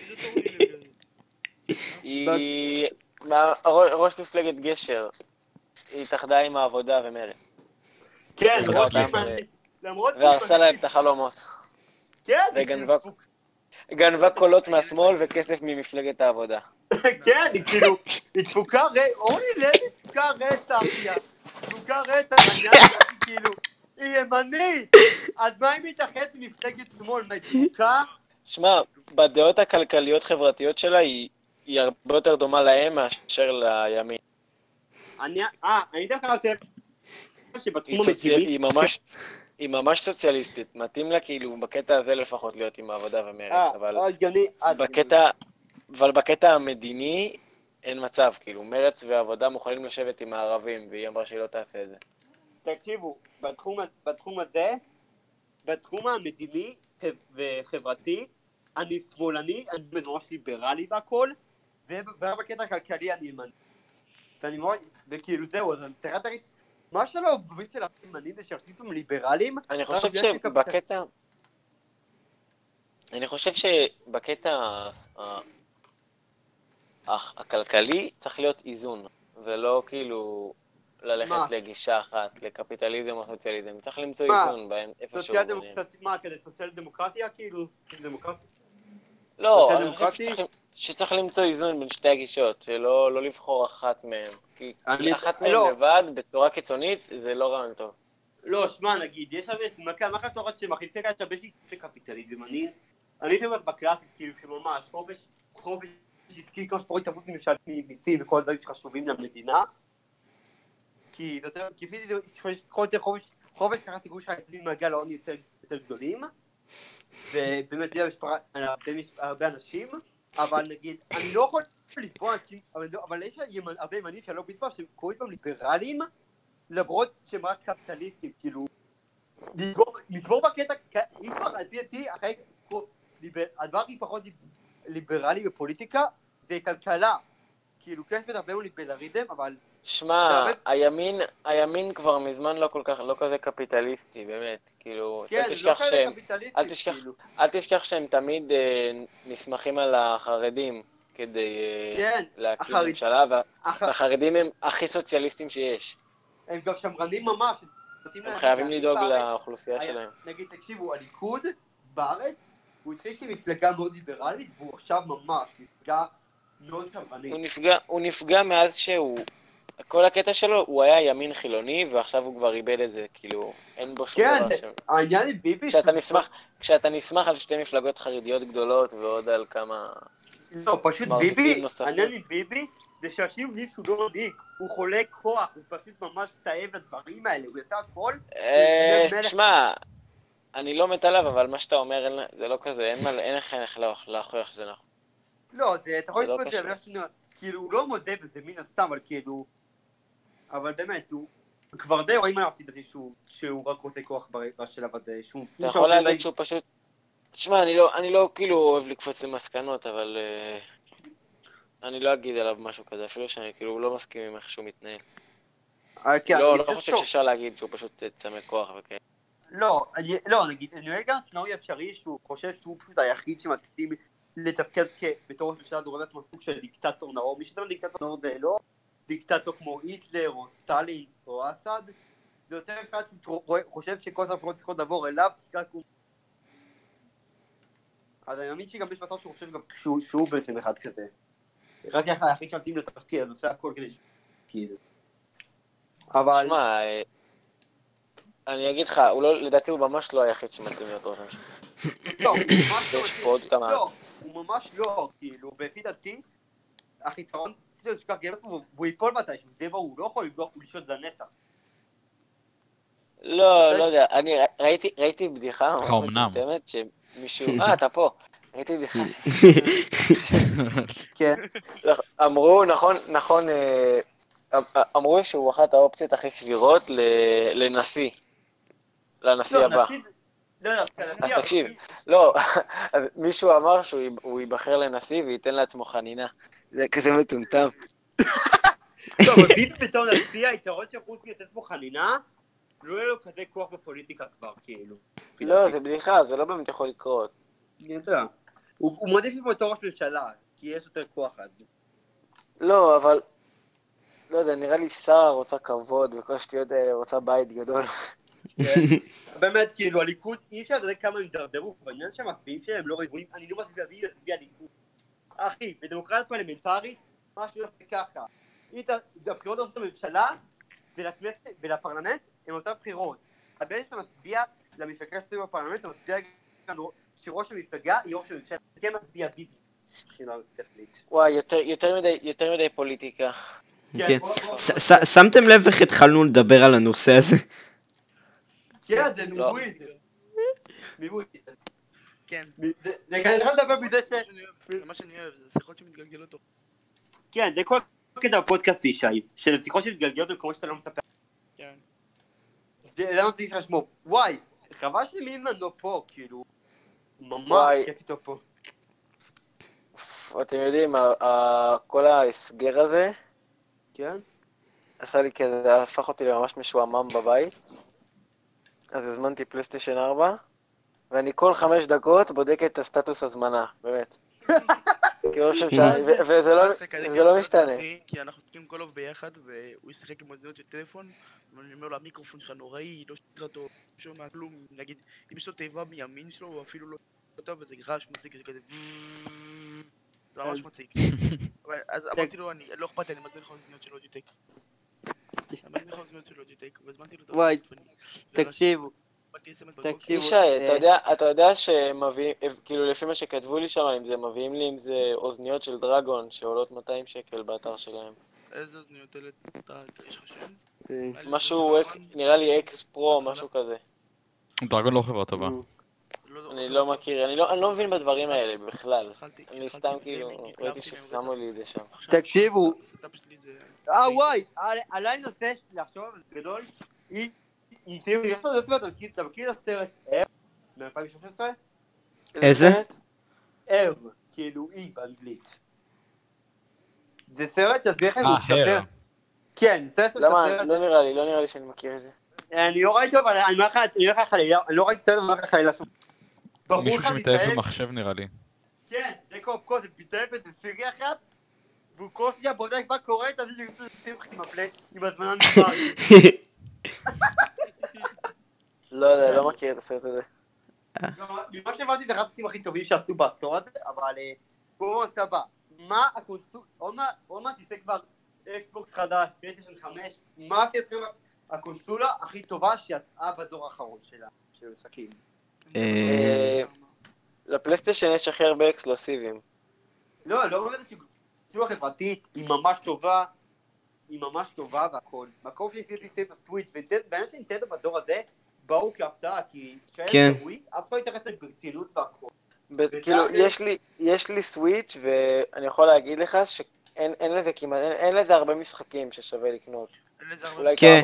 היא... ראש מפלגת גשר. היא התאחדה עם העבודה ומרצ. כן, למרות... והרסה להם את החלומות. כן. וגנבה קולות מהשמאל וכסף ממפלגת העבודה. כן, היא כאילו... היא תפוקה רצח... אורלי לוי תפוקה רצח, תפוקה רצח, כאילו... היא ימנית! אז מה היא מתאחדת ממפלגת שמאל? מה היא תפוקה? שמע, בדעות הכלכליות חברתיות שלה היא הרבה יותר דומה להם מאשר לימין. אני... אה, אני דווקא רוצה... שבתחום המדיני... היא ממש סוציאליסטית, מתאים לה כאילו בקטע הזה לפחות להיות עם העבודה ומרץ, אבל... בקטע... אבל בקטע המדיני אין מצב, כאילו מרץ והעבודה מוכנים לשבת עם הערבים, והיא אמרה שהיא לא תעשה את זה. תקשיבו, בתחום, בתחום הזה, בתחום המדיני וחברתי, אני שמאלני, אני ממש ליברלי והכל, ובקטע הכלכלי אני ימני. ואני מאוד, וכאילו זהו, אז אני תראה תראית, מה שלא גבוהים של הימנים ושרציתם ליברלים, אני חושב שבקטע, אני חושב שבקטע הכלכלי צריך להיות איזון, ולא כאילו... ללכת לגישה אחת, לקפיטליזם או סוציאליזם. צריך למצוא איזון בהם איפשהו. מה, כדי סוציאל דמוקרטיה? כאילו, דמוקרטיה? לא, אני חושב שצריך למצוא איזון בין שתי הגישות, שלא לבחור אחת מהן. כי אחת מהן לבד, בצורה קיצונית, זה לא רעיון טוב. לא, שמע, נגיד, יש הרבה, מה כתורת שמחליט ככה, יש הרבה שקפיטליזם. אני הייתי אומר בקלאסית, כאילו, שממש, חופש, חופש עסקי, כמו שפורית תרבות ממשל מיסים וכל הדברים שחשובים למדינה. כי זה יותר, כי פיזית יש יותר חופש, חופש ככה סיכוי שלך יצאים מעגל לעוני יותר גדולים, ובאמת זה הרבה אנשים, אבל נגיד, אני לא יכול לתבוע אנשים, אבל יש הרבה ימנים שאני לא בתבוע, שהם קוראים פעם ליברליים, למרות שהם רק קפיטליסטים, כאילו, לתבור בקטע, אם כבר, על פי דעתי, אחרי, הדבר הכי פחות ליברלי בפוליטיקה, זה כלכלה. כאילו, יש בזה הרבה ליברליזם, אבל... שמע, הימין, הימין כבר מזמן לא כל כך, לא כזה קפיטליסטי, באמת. כאילו, כן, אל זה לא תשכח כאלה שהם, קפיטליסטים, אל תשכח, כאילו. אל תשכח שהם תמיד אה, נסמכים על החרדים כדי אה, כן, להקים החרד- ממשלה, וה- הח- והחרדים הם הכי סוציאליסטים שיש. הם גם שמרנים ממש. מתאים הם להם חייבים להגיד לדאוג בארץ, לאוכלוסייה היה- שלהם. נגיד, תקשיבו, הליכוד בארץ, הוא התחיל כמפלגה מאוד ליברלית, והוא עכשיו ממש מפלגה מאוד שמרנית. הוא נפגע, הוא נפגע מאז שהוא, כל הקטע שלו, הוא היה ימין חילוני, ועכשיו הוא כבר איבד את זה, כאילו, אין בו שום כן, דבר שם. העניין עם ביבי... כשאתה שהוא- נסמך, כשאתה נסמך על שתי מפלגות חרדיות גדולות, ועוד על כמה... לא, פשוט סמרטוטים ביבי, נוספים. העניין עם ביבי, זה שאנשים יודעים שהוא לא מנהיג, הוא חולה כוח, הוא פשוט ממש תאב לדברים האלה, הוא יעשה הכל, אה, מלך. תשמע, אני לא מת עליו, אבל מה שאתה אומר, אין- זה לא כזה, אין מה- אין לך איך להוכ- להוכיח שזה נכון. לא, זה, אתה יכול זה לא לצפות את זה, קשור. אבל איך שנראה, כאילו, הוא לא מודה בזה, מן הסתם, אבל כאילו, אבל באמת, הוא כבר די רואים עליו לדעתי שהוא, שהוא רק רוצה כוח בר- בשלב הזה, שהוא... אתה יכול להגיד שהוא פשוט... תשמע, אני לא, אני לא כאילו אוהב לקפוץ למסקנות, אבל אה, אני לא אגיד עליו משהו כזה, אפילו שאני כאילו לא מסכים עם איך שהוא מתנהל. אה, כן, לא, אני לא חושב חושב שהוא- שאפשר להגיד שהוא פשוט צמא כוח וכאלה. לא, אני, לא, נגיד, אני רואה גם סצנריו אפשרי שהוא חושב שהוא פשוט היחיד שמתאים לתפקד בתור ראש ממשלה, הוא רואה לעצמו סוג של דיקטטור נאור, מי שתמיד דיקטטור נאור זה לא דיקטטור כמו היטלר או סטלין או אסד, זה יותר אחד שחושב שכל הבחירות צריכות לעבור אליו, כי רק הוא... אז אני מאמין שגם יש מצב שהוא חושב גם שהוא, שהוא בעצם אחד כזה. רק היחיד שמתאים לתפקיד, אז הוא עושה הכל כדי שתפקיד. אבל... תשמע, אה, אני אגיד לך, הוא לא, לדעתי הוא ממש לא היחיד שמתאים להיות ראש ממשלה. לא, הוא ממש לא... יש פה עוד כמה... לא, הוא ממש לא, כאילו, לפי דעתי, החיסרון, זה שכך גאה עצמו, והוא ייפול מתישהו, זה ברור, הוא לא יכול לבדוק ולשאול לנצח. לא, לא יודע, אני ר- ראיתי, ראיתי בדיחה ממש האומנם? מטומטמת שמישהו... אה, אתה פה. ראיתי בדיחה ש... כן. אמרו, נכון, נכון, אה, אמ- אמרו שהוא אחת האופציות הכי סבירות ל- לנשיא. לנשיא לא, הבא. נגיד, לא, לא, אז תקשיב, לא, אז מישהו אמר שהוא ייב- הוא ייבחר לנשיא וייתן לעצמו חנינה. זה כזה מטומטם. לא, אבל ביבי בתור נשיא, היתרון של חוץ מלתת פה חנינה, לא יהיה לו כזה כוח בפוליטיקה כבר, כאילו. לא, זה בדיחה, זה לא באמת יכול לקרות. אני יודע. הוא הוא מעדיף פה בתור ראש ממשלה, כי יש יותר כוח אז. לא, אבל... לא יודע, נראה לי שרה רוצה כבוד וכל השטויות האלה רוצה בית גדול. באמת, כאילו, הליכוד, אי אפשר לדעת כמה הם דרדרו, והעניין שהמצביעים שלהם לא רואים, אני לא מצביע בי, מצביע הליכוד. אחי, בדמוקרטיה פרלמנטרית, משהו לא עושה ככה. אם אתה, הבחירות לראש הממשלה ולכנסת ולפרלמנט, הן אותן בחירות. הבן שאתה מצביע למפלגה שלי בפרלמנט, אתה מצביע גם שראש המפלגה היא ראש הממשלה, כן מצביע ביבי. מבחינה טכנית. וואי, יותר, יותר מדי, יותר מדי פוליטיקה. כן. בוא- בוא- ש- ש- שמתם לב איך התחלנו לדבר על הנושא הזה? כן, זה לא. מיבוי את זה. מיבוי את זה. כן. זה- זה כזה צריך לדבר מזה ש... מה שאני אוהב, זה מה שאני אוהב, זה שיחות שמתגלגלות תוך. כן, זה כל קטע בפודקאסט ישי, שזה שיחות שמתגלגלות במקומות שאתה לא מספר. כן. זה למה זה נקרא שמו? וואי, חבל שמילמן לא פה, כאילו. ממש וואי. כיף איתו פה. אתם יודעים, ה- ה- כל ההסגר הזה כן? עשה לי כזה, הפך אותי לממש משועמם בבית. אז הזמנתי פלייסטיישן ארבע, ואני כל חמש דקות בודק את הסטטוס הזמנה, באמת. כאילו חושב ש... ו- וזה לא- זה לא משתנה. כי אנחנו משחקים קול אוף ביחד, והוא ישחק עם אוזניות של טלפון, ואני אומר לו, המיקרופון שלך נוראי, לא שומע אותו, לא שומע כלום, נגיד, אם יש לו תיבה מימין שלו, הוא אפילו לא אותה, וזה רעש מציק, זה כזה... זה ממש מציק. אבל- אז אמרתי לו, אני לא אכפת לי, אני מזמין לך אוזניות של לוג'יטק. אני מזמין לך אוזניות של לוג'יטק, והזמנתי לו את וואי, הטלפון. תקשיבו, באתי אס אם אס בבוקר. תקשיבו. ישי, אתה יודע, אתה יודע שמביאים, כאילו לפי מה שכתבו לי שם, אם זה מביאים לי עם זה אוזניות של דרגון שעולות מאתיים שקל באתר שלהם. איזה אוזניות אלה? אתה, יש לך שם? אה, משהו, נראה לי אקס פרו, משהו כזה. דרגון לא חברה טובה. אני לא מכיר, אני לא אני לא מבין בדברים האלה בכלל. אכלתי, אני אכלתי סתם גיימינג, כאילו, התלהבתי ראיתי מהם ששמו רצח. לי את זה שם. עכשיו, תקשיבו. הסטאפ שלי זה... אה וואי, על- עליי נושא לחשוב על זה גדול, היא, היא, תראו, יש לו סרט, אתה מכיר- אתה מכיר את הסרט אר מ-אלפיים ושלוש עשרה? איזה? סרט? אר, כאילו אי באנגלית. זה סרט שיסביר לכם, אה, הר. כן, סרט למה? שמספר... לא נראה לי, לא נראה לי שאני מכיר את זה. אני לא ראיתי, אבל אני אומר לך, אני אומר לך חלילה, אני לא ראיתי סרט, אני אומר לך חלילה שום. מישהו שמתאהב במחשב נראה לי. כן, זה קוף קוף, זה מתאהב בזה סירי אחת, והוא קוף שנייה בודק מה קורה, אתה יודע שהוא עושים לך עם הפלט, עם הזמנה נגמר. לא יודע, לא מכיר את הסרט הזה. ממה שהבנתי זה אחד הסרטים הכי טובים שעשו בעשור הזה, אבל בואו סבבה, מה הקונסול, עוד מעט תצא כבר אקסבוקס חדש, פלייסטיישן חמש, מה שיצא הקונסולה הכי טובה שיצאה בדור האחרון שלה, של משחקים. לפלייסטיישן יש הכי הרבה אקסקלוסיבים. לא, לא באמת שקונסולה חברתית היא ממש טובה, היא ממש טובה והכל. מקום שהפעיל נינטנדו סוויץ' ובעניין של נינטנדו בדור הזה באו כהפתעה, כי כשהיה תלוי, אף אחד יתייחס ברצינות והכל. כאילו, יש לי סוויץ' ואני יכול להגיד לך שאין לזה כמעט, אין לזה הרבה משחקים ששווה לקנות. כן,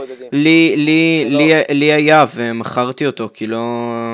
לי היה ומכרתי אותו, כי לא...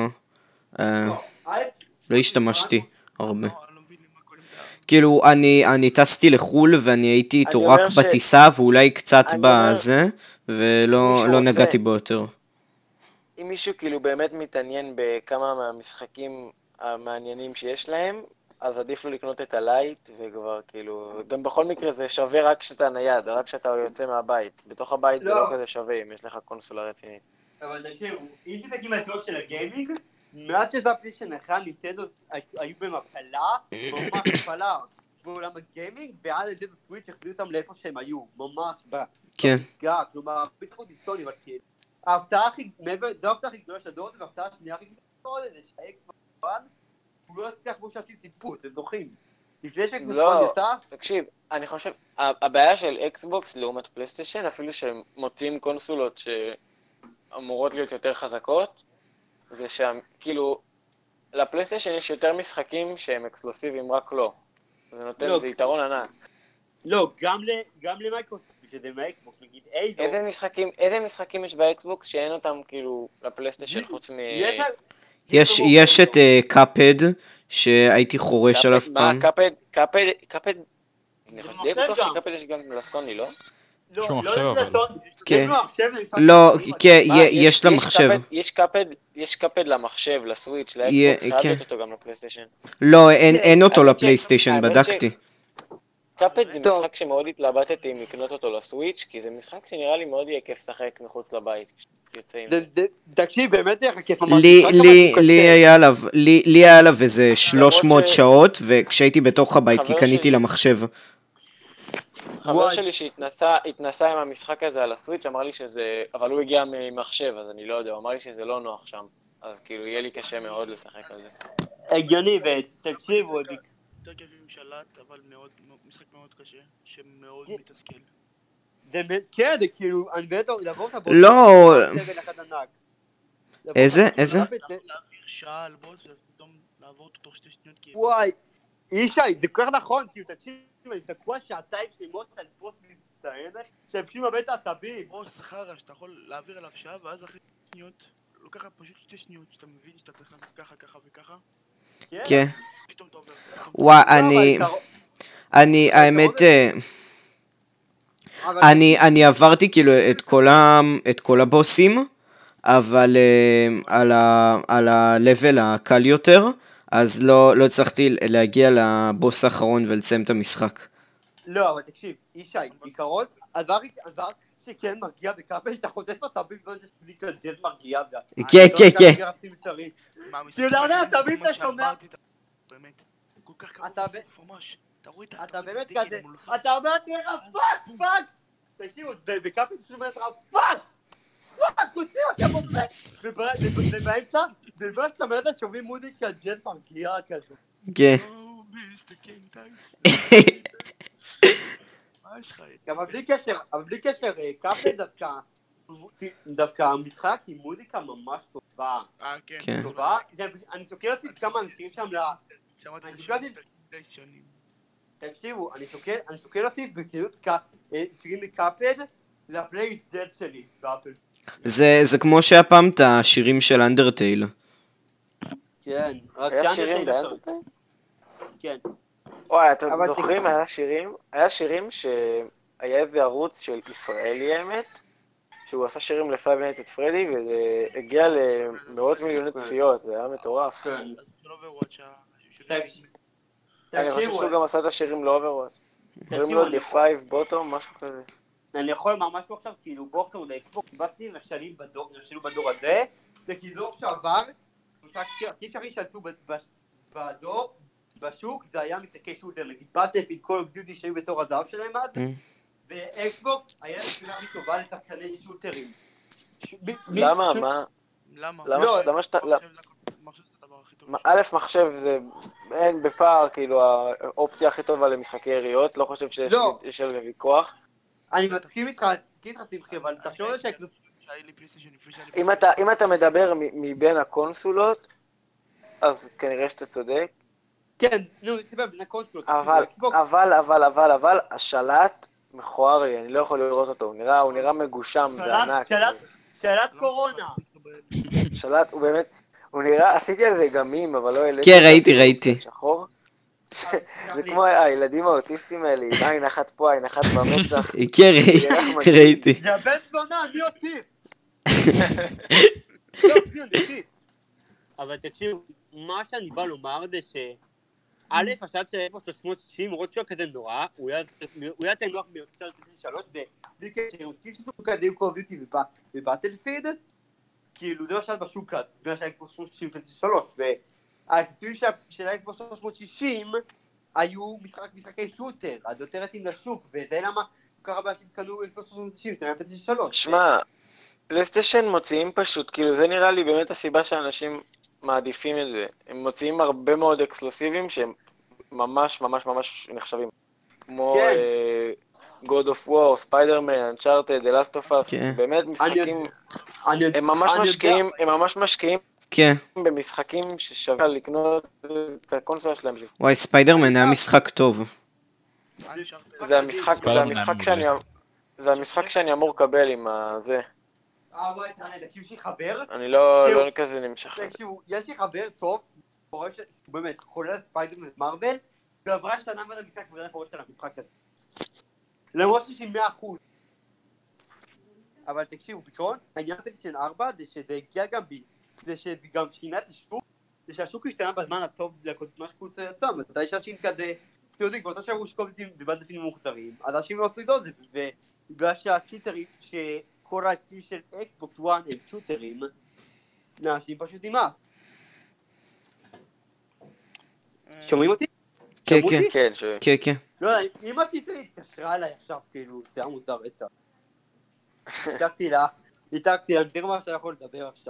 לא השתמשתי הרבה. כאילו, אני טסתי לחול ואני הייתי איתו רק בטיסה ואולי קצת בזה, ולא נגעתי בו יותר. אם מישהו כאילו באמת מתעניין בכמה מהמשחקים המעניינים שיש להם, אז עדיף לו לקנות את הלייט, וכבר כאילו, גם בכל מקרה זה שווה רק כשאתה נייד, רק כשאתה יוצא מהבית. בתוך הבית זה לא כזה שווה אם יש לך קונסולה רצינית. אבל תקשיבו, אם תסתכלים על הדור של הגיימינג, מאז שזה הפלייסטיישן אחד, נינטנדו היו במפלה, ממש מפלה בעולם הגיימינג, ועד נינטנדו סוויץ' החזירו אותם לאיפה שהם היו, ממש בגג, כלומר, בטחות היסטורי, אבל כאילו, ההפתעה הכי, זו ההפתעה הכי גדולה של הדור הזה, וההפתעה השנייה הכי גדולה זה שהאקסבוקס וואן, הוא לא הצליח כמו שעושים סיפור, אתם זוכרים? לפני שאקסבוקס וואן יצא... לא, תקשיב, אני חושב, הבעיה של אקסבוקס לעומת פלייסטיישן, אפילו שהם מוצאים קונסולות שאמורות להיות יותר חזקות, זה שכאילו, לפלייסטיישן יש יותר משחקים שהם אקסקלוסיביים, רק לא. זה נותן איזה יתרון ענק. לא, גם למייקרוסופט, שזה מהאקסבוקס, נגיד איילו. איזה משחקים, איזה משחקים יש באקסבוקס שאין אותם כאילו לפלייסטיישן חוץ מ... יש את קאפד, שהייתי חורש עליו פעם. מה, קאפד, קאפד, קאפד... אני די בטוח שקאפד יש גם לסוני, לא? לא, לא יש לסוני. כן. לא, כן, יש למחשב. יש קאפד למחשב, לסוויץ', לאקסבוקס, חייב להיות אותו גם לפלייסטיישן. לא, אין אותו לפלייסטיישן, בדקתי. קאפד זה משחק שמאוד התלבטתי אם לקנות אותו לסוויץ', כי זה משחק שנראה לי מאוד יהיה כיף לשחק מחוץ לבית. תקשיב, באמת יהיה כיף ממש. לי היה עליו, לי היה עליו איזה שלוש מאות שעות, וכשהייתי בתוך הבית, כי קניתי למחשב. חבר שלי שהתנסה עם המשחק הזה על הסוויץ' אמר לי שזה, אבל הוא הגיע ממחשב, אז אני לא יודע, הוא אמר לי שזה לא נוח שם, אז כאילו יהיה לי קשה מאוד לשחק על זה. הגיוני, ותקשיבו, יותר כיף עם שלט, אבל משחק מאוד קשה, שמאוד מתסכל. כן, זה כאילו, אני באמת לבוא את הבוס, לא, איזה? איזה? להעביר שעה על בוס, ופתאום לעבור אותו תוך שתי שניות כאילו. וואי, אישי, זה כל כך נכון, כאילו, תקשיב, אני תקוע שעתיים שלמות על בוס מצטענת, שהם פשוט מאבד את העצבים. בוס חרא, שאתה יכול להעביר עליו שעה, ואז אחרי שניות, לוקח פשוט שתי שניות, שאתה מבין שאתה צריך לעשות ככה, ככה וככה. כן. פתאום אתה עובר. וואי, אני... אני, האמת... אני, אני עברתי כאילו את כל ה... את כל הבוסים, אבל על ה... על ה-level הקל יותר, אז לא, לא הצלחתי להגיע לבוס האחרון ולסיים את המשחק. לא, אבל תקשיב, ישי, בעיקרון, הדבר שכן מרגיע בקאפל, שאתה חוטף עצבים לא שיש לי כזה מרגיע. כן, כן, כן. אתה יודע, תמיד אתה שומע. אתה באמת כזה, אתה אומר לך פאק, פאק! תקשיבו, בקאפל שומע לך פאק! פאק, עושים עכשיו עושה! ובאמצע, ובאמצע אתה אומר לך שומעים מוזיקה ג'אז מרגיע כזה. כן. אבל בלי קשר, אבל בלי קשר, קאפל דווקא, דווקא המשחק עם מוזיקה ממש טובה. אה, כן. טובה? אני שוקל אותי כמה אנשים שם ל... תקשיבו, אני שוקל אותי בצילות שירים מקאפד לפלייליסט ג'אז שלי באפל. זה כמו שהיה פעם את השירים של אנדרטייל. כן, רק היה שירים באנדרטייל? כן. וואי, אתם זוכרים, היה שירים, היה שירים שהיה איזה ערוץ של ישראלי האמת, שהוא עשה שירים לפייב נייטס את פרדי, וזה הגיע למאות מיליוני צפיות, זה היה מטורף. אני חושב שהוא גם עשה את השירים לאוברוואץ'. קוראים לו The Five Bottom, משהו כזה. אני יכול לומר משהו עכשיו, כאילו בוקטור לאקסבוקס, באסים נכשלים בדור הזה, וכי דור שעבר, אי אפשר שלטו בדור, בשוק, זה היה משחקי שוטר, נגיד באטלפילד, קול אוף דיוטי שהיו בתור הזהב שלהם אז, ואקסבוקס היה נפילה הכי טובה לשחקני שוטרים. למה? מה? למה? למה שאתה... א', מחשב זה אין בפער, כאילו האופציה הכי טובה למשחקי יריות, לא חושב שיש על זה ויכוח. אני מסכים איתך, איתך שמחי, אבל תחשוב על שהקלוס... אם אתה מדבר מבין הקונסולות, אז כנראה שאתה צודק. כן, נו, סיבה בין הקונסולות. אבל, אבל, אבל, אבל, אבל, השלט מכוער לי, אני לא יכול לראות אותו, הוא נראה מגושם, זה ענק. שלט קורונה. שלט, הוא באמת, הוא נראה, עשיתי על זה גמים, אבל לא העליתי. כן, ראיתי, ראיתי. שחור. זה כמו הילדים האוטיסטים האלה, עין אחת פה, עין אחת במצח. כן, ראיתי. זה הבן זונה, אני אוטיסט. אבל תקשיב, מה שאני בא לומר זה ש... א', השלט של אלף שלוש מאות שישים, למרות שהוא כזה נורא, הוא היה תנוח בשלט תשעים ושלוש, ובלי קשר, הוא סקיל שתו כזה עם קול אוף דיוטי ובאטלפילד, כאילו זה מה שהיה בשוק כזה, זה מה שהיה כמו שלוש מאות שישים ושלוש, וההקצועים של האקסבוקס שלוש מאות שישים היו משחקי שוטר, אז יותר רצים לשוק, וזה למה ככה באנשים קנו אקסבוקס שלוש מאות שישים, זה היה תשעים ושלוש. שמע, פלייסטיישן מוציאים פשוט, כאילו זה נראה לי באמת הסיבה שאנשים מעדיפים את זה. הם מוציאים הרבה מאוד אקסקלוסיבים שהם ממש ממש ממש נחשבים. כמו God of War, Spider-Man, Uncharted, The Last of Us, באמת משחקים, הם ממש משקיעים, הם ממש משקיעים במשחקים ששווה לקנות את הקונסולה שלהם. וואי, ספיידרמן היה משחק טוב. זה המשחק שאני אמור לקבל עם הזה. אה וואי, תקשיב שיש לי חבר. אני לא כזה נמשך. תקשיב, יש לי חבר טוב, שהוא באמת חולה ספיידרמן מרוויל, ועברה שנה מן המשחק ועדיין קורא שנה המשחק הזה. למרות שיש לי מאה אחוז. אבל תקשיבו, בעיקרון, העניין פלייסטיישן ארבע זה שזה הגיע גם בי, זה שגם שינת השוק, זה שהשוק השתנה בזמן הטוב מה שקורס יצא, מתי שאנשים כזה, שיודעים, כבר אתה שעברו שקובטים ובאטלפילדים מוחזרים, אז אנשים לא עשו את זה, ובגלל שהשיטרים, כל העצים של אקסבוקס וואן הם שוטרים, אנשים פשוט נמאס. שומעים אותי? כן, כן, כן, כן. לא, אמא שלי התקשרה אליי עכשיו, כאילו, זה היה מוזר רצח. התקתי לה, התקתי לה, תראה מה שאתה יכול לדבר עכשיו.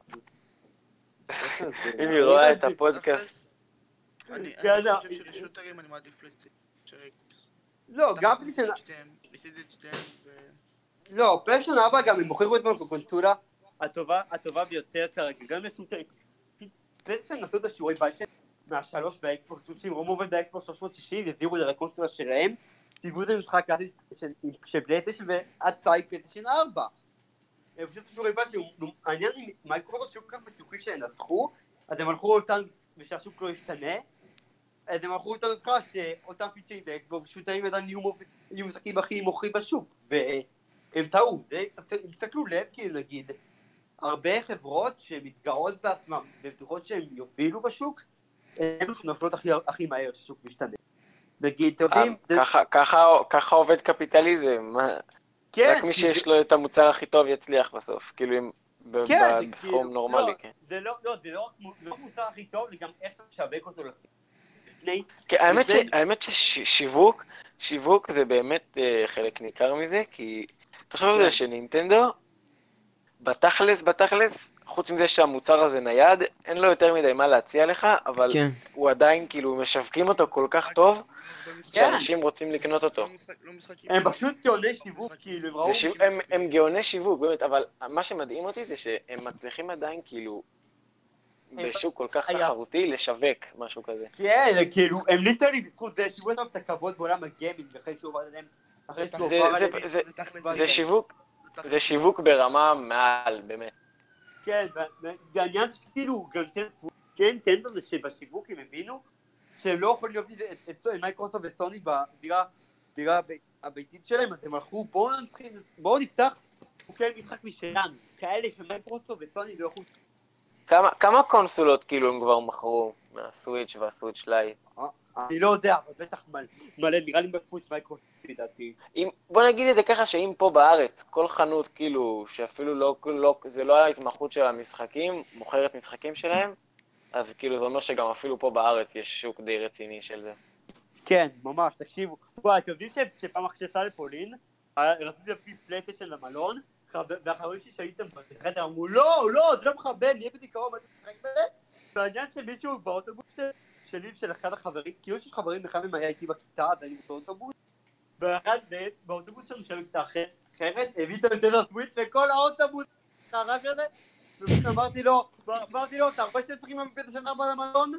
אם היא רואה את הפודקאסט. אני חושב שלשוטרים אני מעדיף פלייסטיישן. לא, גם פלייסטיישן... ניסיתי את שתיהם ו... לא, פלייסטיישן ארבע גם הם מוכרים את עצמם כקונסולה הטובה, הטובה ביותר כרגע, גם לשוטרים. פלייסטיישן נתנו את השיעורי בית מהשלוש והאקסבוקס שלוש מאות, רום עובד באקסבוקס שלוש מאות שישים, והעבירו את זה לקונסולה שלהם, ציוו את זה במשחק קלאסי של פלייסטיישן ועד סייד פלייסטיישן ארבע. הם פשוט שיעורי בית העניין עם מייקרוסופט שהיו כל כך בטוחים שנסחו, אז הם הלכו אותם ושהשוק לא ישתנה, אז הם הלכו אותם נוסחה שאותם פיצ'רים באקסבוקס שוטרים עדיין יהיו משחקים הכי מוכרים בשוק, והם טעו, הם תסתכלו לב כאילו נגיד, הרבה חברות שמתגאות בעצמם ובטוחות שהם יובילו בשוק, אלו שנופלות הכי מהר ששוק משתנה. נגיד, אתם יודעים... ככה עובד קפיטליזם, רק מי שיש לו את המוצר הכי טוב יצליח בסוף, כאילו אם בסכום נורמלי. זה לא רק מוצר הכי טוב, זה גם איך אתה משווק אותו לפני. האמת ששיווק, שיווק זה באמת חלק ניכר מזה, כי תחשוב על זה שנינטנדו, בתכלס, בתכלס, חוץ מזה שהמוצר הזה נייד, אין לו יותר מדי מה להציע לך, אבל הוא עדיין כאילו משווקים אותו כל כך טוב, שאנשים רוצים לקנות אותו. הם פשוט גאוני שיווק, כאילו, הם ראו... הם גאוני שיווק, באמת, אבל מה שמדהים אותי זה שהם מצליחים עדיין כאילו, בשוק כל כך תחרותי, לשווק משהו כזה. כן, כאילו, הם ליטרלי בזכות זה, שיווק אותם את הכבוד בעולם הגיימינג, אחרי שהוא עובד עליהם, אחרי שהוא עובר עליהם. זה שיווק, זה שיווק ברמה מעל, באמת. כן, והעניין שכאילו, גם נינטנדו זה שבשיווק הם הבינו, שהם לא יכולים להיות את מייקרוסופט וסוני בדירה הביתית שלהם, אז הם הלכו, בואו נפתח חוקי משחק משלנו, כאלה שמייקרוסופט וסוני לא יכולים. כמה קונסולות כאילו הם כבר מכרו מהסוויץ' והסוויץ' לייט? אני לא יודע, אבל בטח מלא, נראה לי בפוט מייקרוסופט לדעתי. בוא נגיד את זה ככה, שאם פה בארץ כל חנות כאילו שאפילו לא, זה לא ההתמחות של המשחקים, מוכרת משחקים שלהם, אז כאילו זה אומר שגם אפילו פה בארץ יש שוק די רציני של זה. כן, ממש, תקשיבו. וואי, אתם יודעים שפעם אחשסה לפולין, רציתי להביא פלייסטיישן למלון, והחברים שלי שהייתם בחדר אמרו, לא, לא, זה לא מחבל, נהיה בדיכאון, מה אתה משחק בזה? והעניין שמישהו באוטובוס שלי, של אחד החברים, כאילו שיש חברים, אחד מהם היה איתי בכיתה, אז הייתי באוטובוס, ואחד באוטובוס שלנו של בכיתה אחרת, הביא את הנטנדו סוויץ' וכל האוטובוס חרש הזה, ופשוט אמרתי לו, אמרתי לו, אתה הרבה שאתם צריכים בפלייסטיישן ארבע למלון?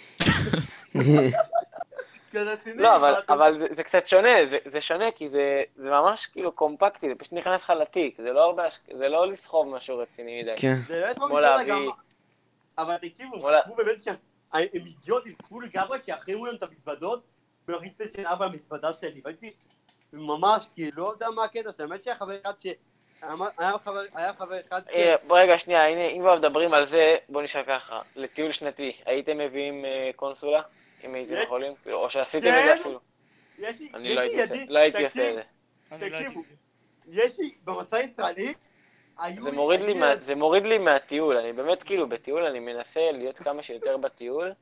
לא, אבל זה קצת שונה, זה שונה כי זה ממש כאילו קומפקטי, זה פשוט נכנס לך לתיק, זה לא לסחוב משהו רציני מדי. זה לא לסחוב משהו גם, אבל תקשיבו, הם חשבו באמת שהם אידיוטים, חשבו לגמרי שיחרימו להם את המזוודות, ולהכניס פלייסטיישן ארבע למזוודה שלי, והייתי ממש כאילו לא יודע מה הקטע, באמת שהיה חבר אחד ש... היה חבר אחד ש... בוא רגע שנייה, הנה, אם כבר מדברים על זה, בוא נשאר ככה, לטיול שנתי, הייתם מביאים קונסולה? אם הייתם יכולים, או שעשיתם את זה אפילו. אני לא הייתי עושה את זה. תקשיבו, יש לי במסע ישראלי, זה מוריד לי מהטיול, אני באמת כאילו בטיול, אני מנסה להיות כמה שיותר בטיול.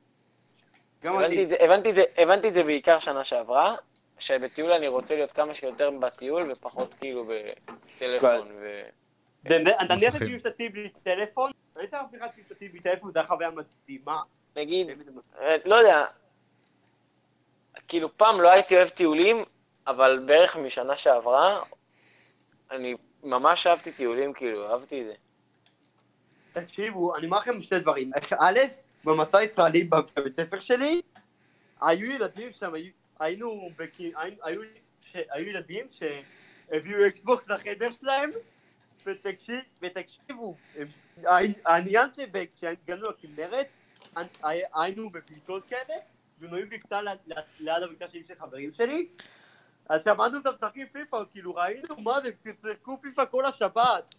הבנתי את זה בעיקר שנה שעברה, שבטיול אני רוצה להיות כמה שיותר בטיול ופחות כאילו בטלפון ו... אני הייתי טיול שתי בלי טלפון, אני הייתי הפיכת טיול שתי בלי טלפון, זה היה חוויה מדהימה. נגיד, לא יודע, כאילו פעם לא הייתי אוהב טיולים, אבל בערך משנה שעברה, אני ממש אהבתי טיולים, כאילו, אהבתי את זה. תקשיבו, אני אומר לכם שתי דברים. א', במסע הישראלי בבית ספר שלי, היו ילדים שם, היינו, היו ילדים שהביאו אקסבוקס לחדר שלהם, ותקשיבו, העניין שכשהגענו לכנרת, היינו בפיצות כאלה, והם היו בקטע ליד הביתה שלי של חברים שלי, אז שמענו אותם משחקים פיפה, כאילו ראינו מה זה, שיחקו פיפה כל השבת.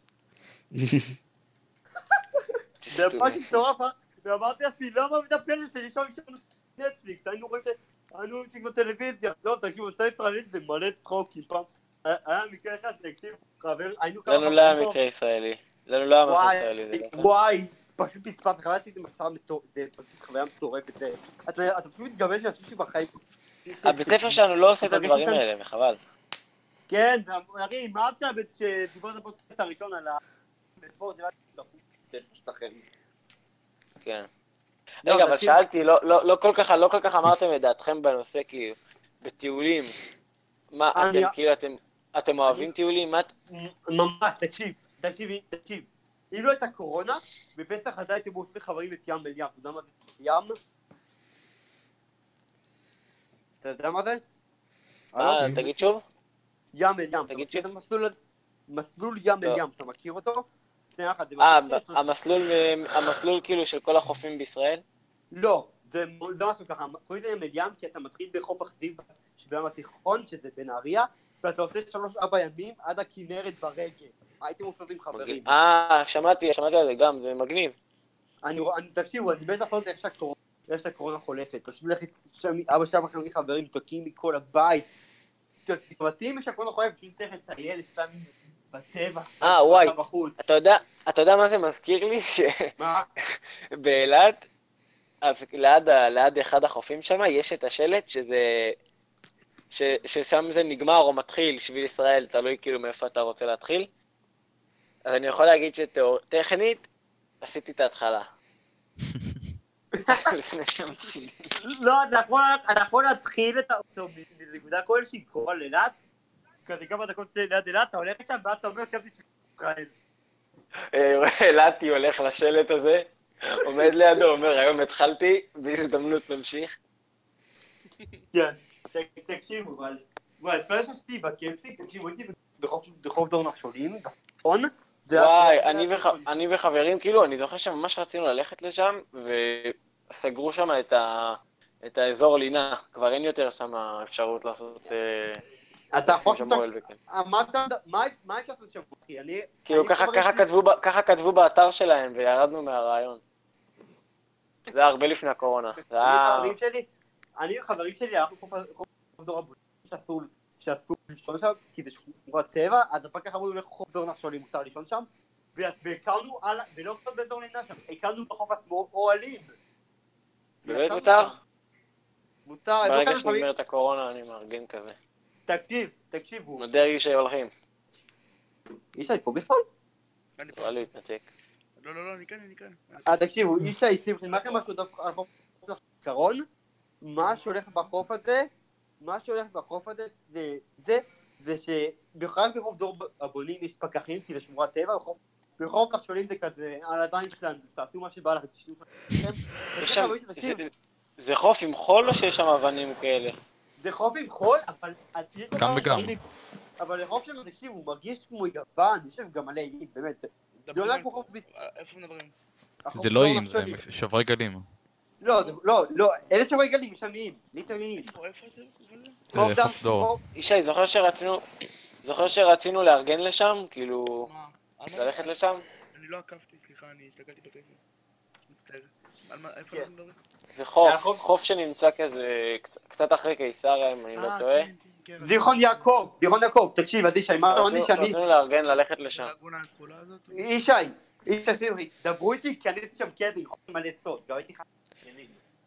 זה ממש מטורף, ואמרתי לעצמי, למה הפלאפלייסטיישן שלי שם יש לנו נטפליקס, היינו רואים את בטלוויזיה. לא, תקשיבו, מסע ישראלית זה מלא צחוקים, פעם היה מקרה אחד, תקשיב, חבר, היינו כמה... לנו לא היה מקרה ישראלי, לנו לא היה מקרה ישראלי. וואי, פשוט פספת, חוויתי את זה מסע מטורף, זה פשוט חוויה מטורפת, אתה פשוט מתגבש לעשות בחיים. הבית ספר שלנו לא עושה את הדברים האלה, וחבל. כן, אחי, מה עכשיו שדיברת בפודקאסט הראשון על הספורט, זה לא שתחם. כן. רגע, אבל שאלתי, לא כל כך אמרתם את דעתכם בנושא, כאילו, בטיולים. מה, אתם, כאילו, אתם אוהבים טיולים? ממש, תקשיב, תקשיב, תקשיב. אם לא הייתה קורונה, בפסח עדיין הייתם עושים חברים את ים אל ים. אתה יודע מה זה ים? אתה יודע מה זה? אה, תגיד שוב? ים אל ים. תגיד שוב? מסלול ים אל ים, אתה מכיר אותו? אה, המסלול כאילו של כל החופים בישראל? לא, זה לא משהו ככה. קוראים לזה ים אל ים כי אתה מתחיל בחוף אכזיב שבים התיכון, שזה בנהריה, ואתה עושה שלוש ארבע ימים עד הכנרת ברגל. הייתם עושים עם חברים. אה, שמעתי, שמעתי על זה גם, זה מגניב. אני, תקשיבו, אני בטח לא יודע איך שהקורונה, איך שהקורונה חולפת. פשוט ללכת שם, אבא שם אחרי חברים תוקים מכל הבית. מתאים שהקורונה חולפת, פשוט ללכת לטייל, סתם בטבע. אה, וואי, אתה יודע, אתה יודע מה זה מזכיר לי? מה? באילת, אז ליד אחד החופים שם, יש את השלט שזה... ששם זה נגמר או מתחיל, שביל ישראל, תלוי כאילו מאיפה אתה רוצה להתחיל. אז אני יכול להגיד שטכנית, עשיתי את ההתחלה. לא, אתה יכול להתחיל את האוטו מנקודה כלשהי, קורא לאילת, כזה כמה דקות ליד אילת, אתה הולך לשם ואז אתה אומר כמה ישראל. אילתי הולך לשלט הזה, עומד לידו, אומר, היום התחלתי, בהזדמנות נמשיך. כן. תקשיבו, אבל... וואי, אז שעשיתי בקמפיק, תקשיבו, הייתי בחוף דור נחשולים, נכון? וואי, אני וחברים, כאילו, אני זוכר שממש רצינו ללכת לשם, וסגרו שם את האזור לינה, כבר אין יותר שם אפשרות לעשות... אתה יכול לעשות... מה אפשר לעשות שם, אחי? אני... כאילו, ככה כתבו באתר שלהם, וירדנו מהרעיון. זה היה הרבה לפני הקורונה. אני וחברים שלי, אנחנו חוף דור הבונים שעשו לישון שם, כי זה שמורת טבע, אז אחר כך אמרו לחוף דור נחשולים מותר לישון שם, והקרנו הלאה, ולא קצת באזור לינה שם, הקרנו בחוף עצמו אוהלים. באמת מותר? מותר. ברגע שנגמרת הקורונה אני מארגן כזה. תקשיב, תקשיבו. נדע ישי הולכים. ישי פה בכלל? אני פה. לא להתנתק. לא, לא, לא, אני כאן, אני כאן. אה, תקשיבו, ישי, שמחי, מה לכם משהו דווקא על חוף זיכרון? מה שהולך בחוף הזה, מה שהולך בחוף הזה, זה, זה, זה שבכלל בחוף דור הבונים יש פקחים, כי זה שמורת טבע, בחוף נחשולים זה כזה, על הידיים שלנו, תעשו מה שבא לכם, תשתו לכם. זה חוף עם חול או שיש שם אבנים כאלה? זה חוף עם חול, אבל... גם וגם. אבל לחוף שם, תקשיב, הוא מרגיש כמו יוון, יש שם גם מלא איים, באמת. זה לא רק כמו חוף... איפה מדברים? זה לא איים, זה שברי גלים. לא, לא, לא, איזה שברי גלים, יש שם איים, ליטרלי. איפה, איפה זה? זה חוף דור. ישי, זוכר שרצינו... זוכר שרצינו לארגן לשם? כאילו... ללכת לשם? אני לא עקבתי, סליחה, אני הסתכלתי בטלפון. מצטער. איפה אנחנו מדברים? זה חוף, חוף שנמצא כזה, קצת אחרי קיסריה, אם אני לא טועה. זיכרון יעקב, זיכרון יעקב, תקשיב, אז ישי, מה אמרתי שאני... רצינו לארגן ללכת לשם. ישי, ישי, שמחי, דברו איתי, כי אני הייתי שם קדמי, חוף מלא סוד, גם הייתי חייב.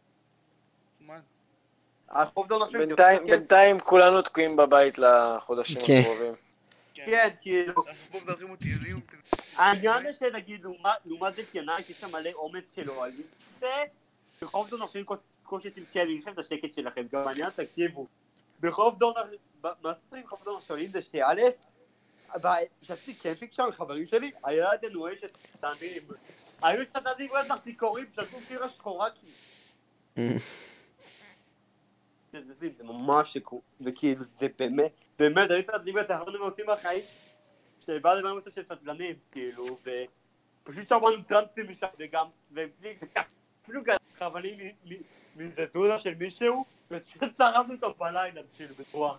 מה? החוף דור נחשבים... בינתיים כולנו תקועים בבית לחודשים הקרובים. כן, כאילו... החוף דרכים אותי, יריום. העניין זה שנגיד, לעומת זה ינאי, יש שם מלא אומץ שלו, על זה, בחוף דור נחשבים קושי של קלין, יש לכם את השקט שלכם, גם העניין, תקשיבו. בחוף דור נחשבים, מה שצריכים בחוף דור נחשבים זה שא', כשעשיתי קמפינג שם, חברים שלי, היה לנו אש סטנדים. היו סטנדים ואז נחסיקורים, שעשו סירה שחורה כאילו. זה ממש שקור, וכאילו זה באמת, באמת, היו סטנדים ואז אנחנו עושים מהחיים שבא למה עושה של סטנדנים, כאילו, ופשוט שמענו טרנסים משם, וגם, ואפילו גם חבלים מזדודה של מישהו, ושרמנו אותו בלילה, כאילו, בטוח.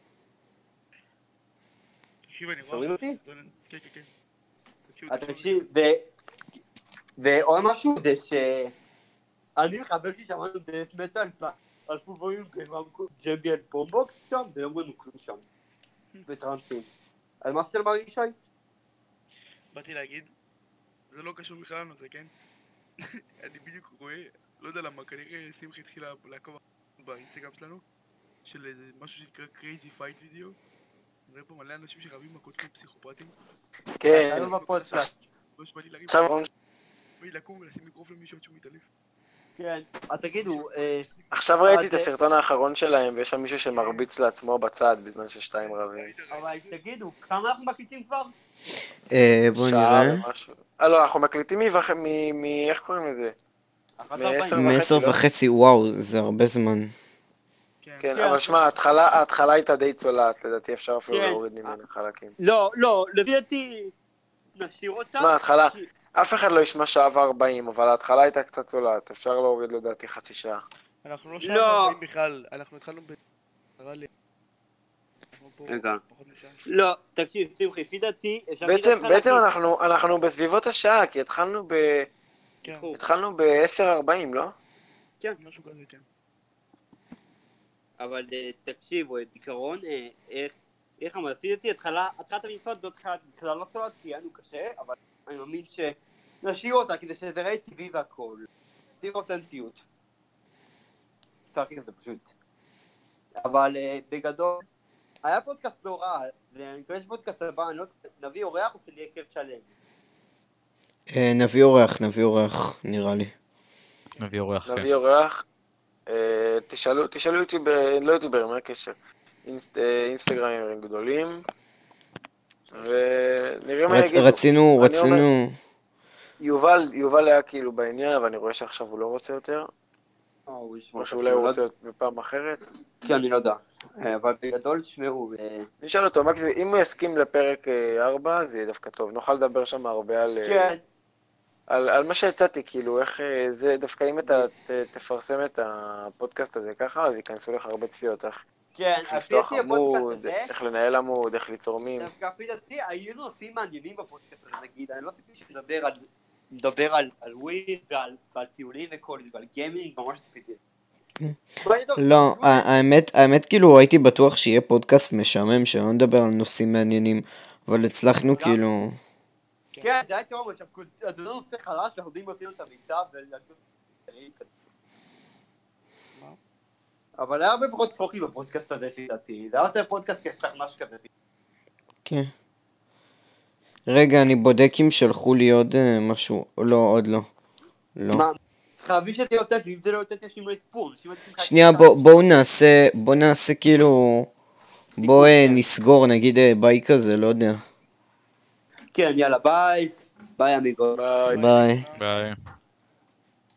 תקשיב, אני רואה... שומעים אותי? כן, כן, כן. אתה תקשיב, ועוד משהו זה שאני וחבר שלי שמענו דף מטל על פובויים ג'מבי על בומבוקס שם, ולא אמרנו כלום שם, בטרנסים. אז מה עשית למה ישי? באתי להגיד, זה לא קשור בכלל לנושא, כן? אני בדיוק רואה, לא יודע למה, כנראה שמחי התחילה לעקוב באינסטגרם שלנו, של איזה משהו שנקרא Crazy Fight Video. אני רואה פה מלא אנשים שרבים מכות כמו פסיכופטים. כן. אתה לא בפודקאסט. לא שבאתי להרים, עכשיו... באתי לקום ולשים מיקרופון למישהו עד שהוא מתעלף. כן, אז תגידו... עכשיו ראיתי את הסרטון האחרון שלהם, ויש שם מישהו שמרביץ לעצמו בצד בזמן ששתיים רבים. אבל תגידו, כמה אנחנו מקליטים כבר? אה, בוא נראה. אה לא, אנחנו מקליטים מ... איך קוראים לזה? מעשר וחצי, וואו, זה הרבה זמן. כן, אבל שמע, ההתחלה הייתה די צולעת, לדעתי אפשר אפילו להוריד ממנה חלקים. לא, לא, לדעתי נשאיר אותה. שמע, ההתחלה, אף אחד לא ישמע שעה וארבעים, אבל ההתחלה הייתה קצת צולעת, אפשר להוריד לדעתי חצי שעה. אנחנו לא שעה וארבעים בכלל, אנחנו התחלנו ב... נראה לי... רגע. לא, תקשיב, שמחי, לפי דעתי... בעצם אנחנו בסביבות השעה, כי התחלנו ב... התחלנו ב-עשר ארבעים, לא? כן. משהו כזה, כן. אבל תקשיבו, בעיקרון, איך אמרתי אותי, התחלת המשרד זאת התחלה לא טובה, כי היה לנו קשה, אבל אני מאמין שנשאיר אותה, כדי שזה ראה טבעי והכל. נשאיר אותנטיות. צחקי את זה פשוט. אבל בגדול, היה פודקאסט לא רע, ואני מקווה שפודקאסט הבא, נביא אורח או שנהיה כיף שלם? נביא אורח, נביא אורח, נראה לי. נביא אורח, כן. נביא אורח. תשאלו, תשאלו יוטיובר, לא יוטיובר, מה הקשר? אינסטגרמים גדולים. ונראה מה יגידו. רצינו, רצינו... יובל, יובל היה כאילו בעניין, אבל אני רואה שעכשיו הוא לא רוצה יותר. או שאולי הוא רוצה בפעם אחרת. כן, אני לא יודע. אבל בגדול תשמעו... נשאל אותו, אם הוא יסכים לפרק ארבע, זה יהיה דווקא טוב. נוכל לדבר שם הרבה על... כן. על, על מה שהצעתי, כאילו, איך זה, דווקא אם אתה ת, תפרסם את הפודקאסט הזה ככה, אז ייכנסו לך הרבה צפיות, איך כן, לפתוח עמוד, איך לנהל עמוד, איך ליצור מים. דווקא לפי דעתי, היו נושאים מעניינים בפודקאסט הזה, נגיד, אני לא ציפיתי שנדבר על, נדבר על, על וויז ועל, ועל טיולים וכל זה, ועל גיימינג, ממש ציפיתי. לא, האמת, האמת כאילו הייתי בטוח שיהיה פודקאסט משעמם, שלא נדבר על נושאים מעניינים, אבל הצלחנו כאילו... כן, זה היה טוב, זה לא נושא חלש, אנחנו יודעים עושים את המיטה, אבל היה הרבה פחות צחוקים בפודקאסט הזה, לדעתי, זה היה יותר פודקאסט כסחנש כזה. כן. רגע, אני בודק אם שלחו לי עוד משהו, לא, עוד לא. לא. מה? חייבים שתהיה אותת, ואם זה לא אותת יש לי ספור. שנייה, בואו נעשה, בואו נעשה כאילו, בואו נסגור, נגיד ביי כזה, לא יודע. כן, יאללה, ביי. ביי, אמיגו. ביי. ביי.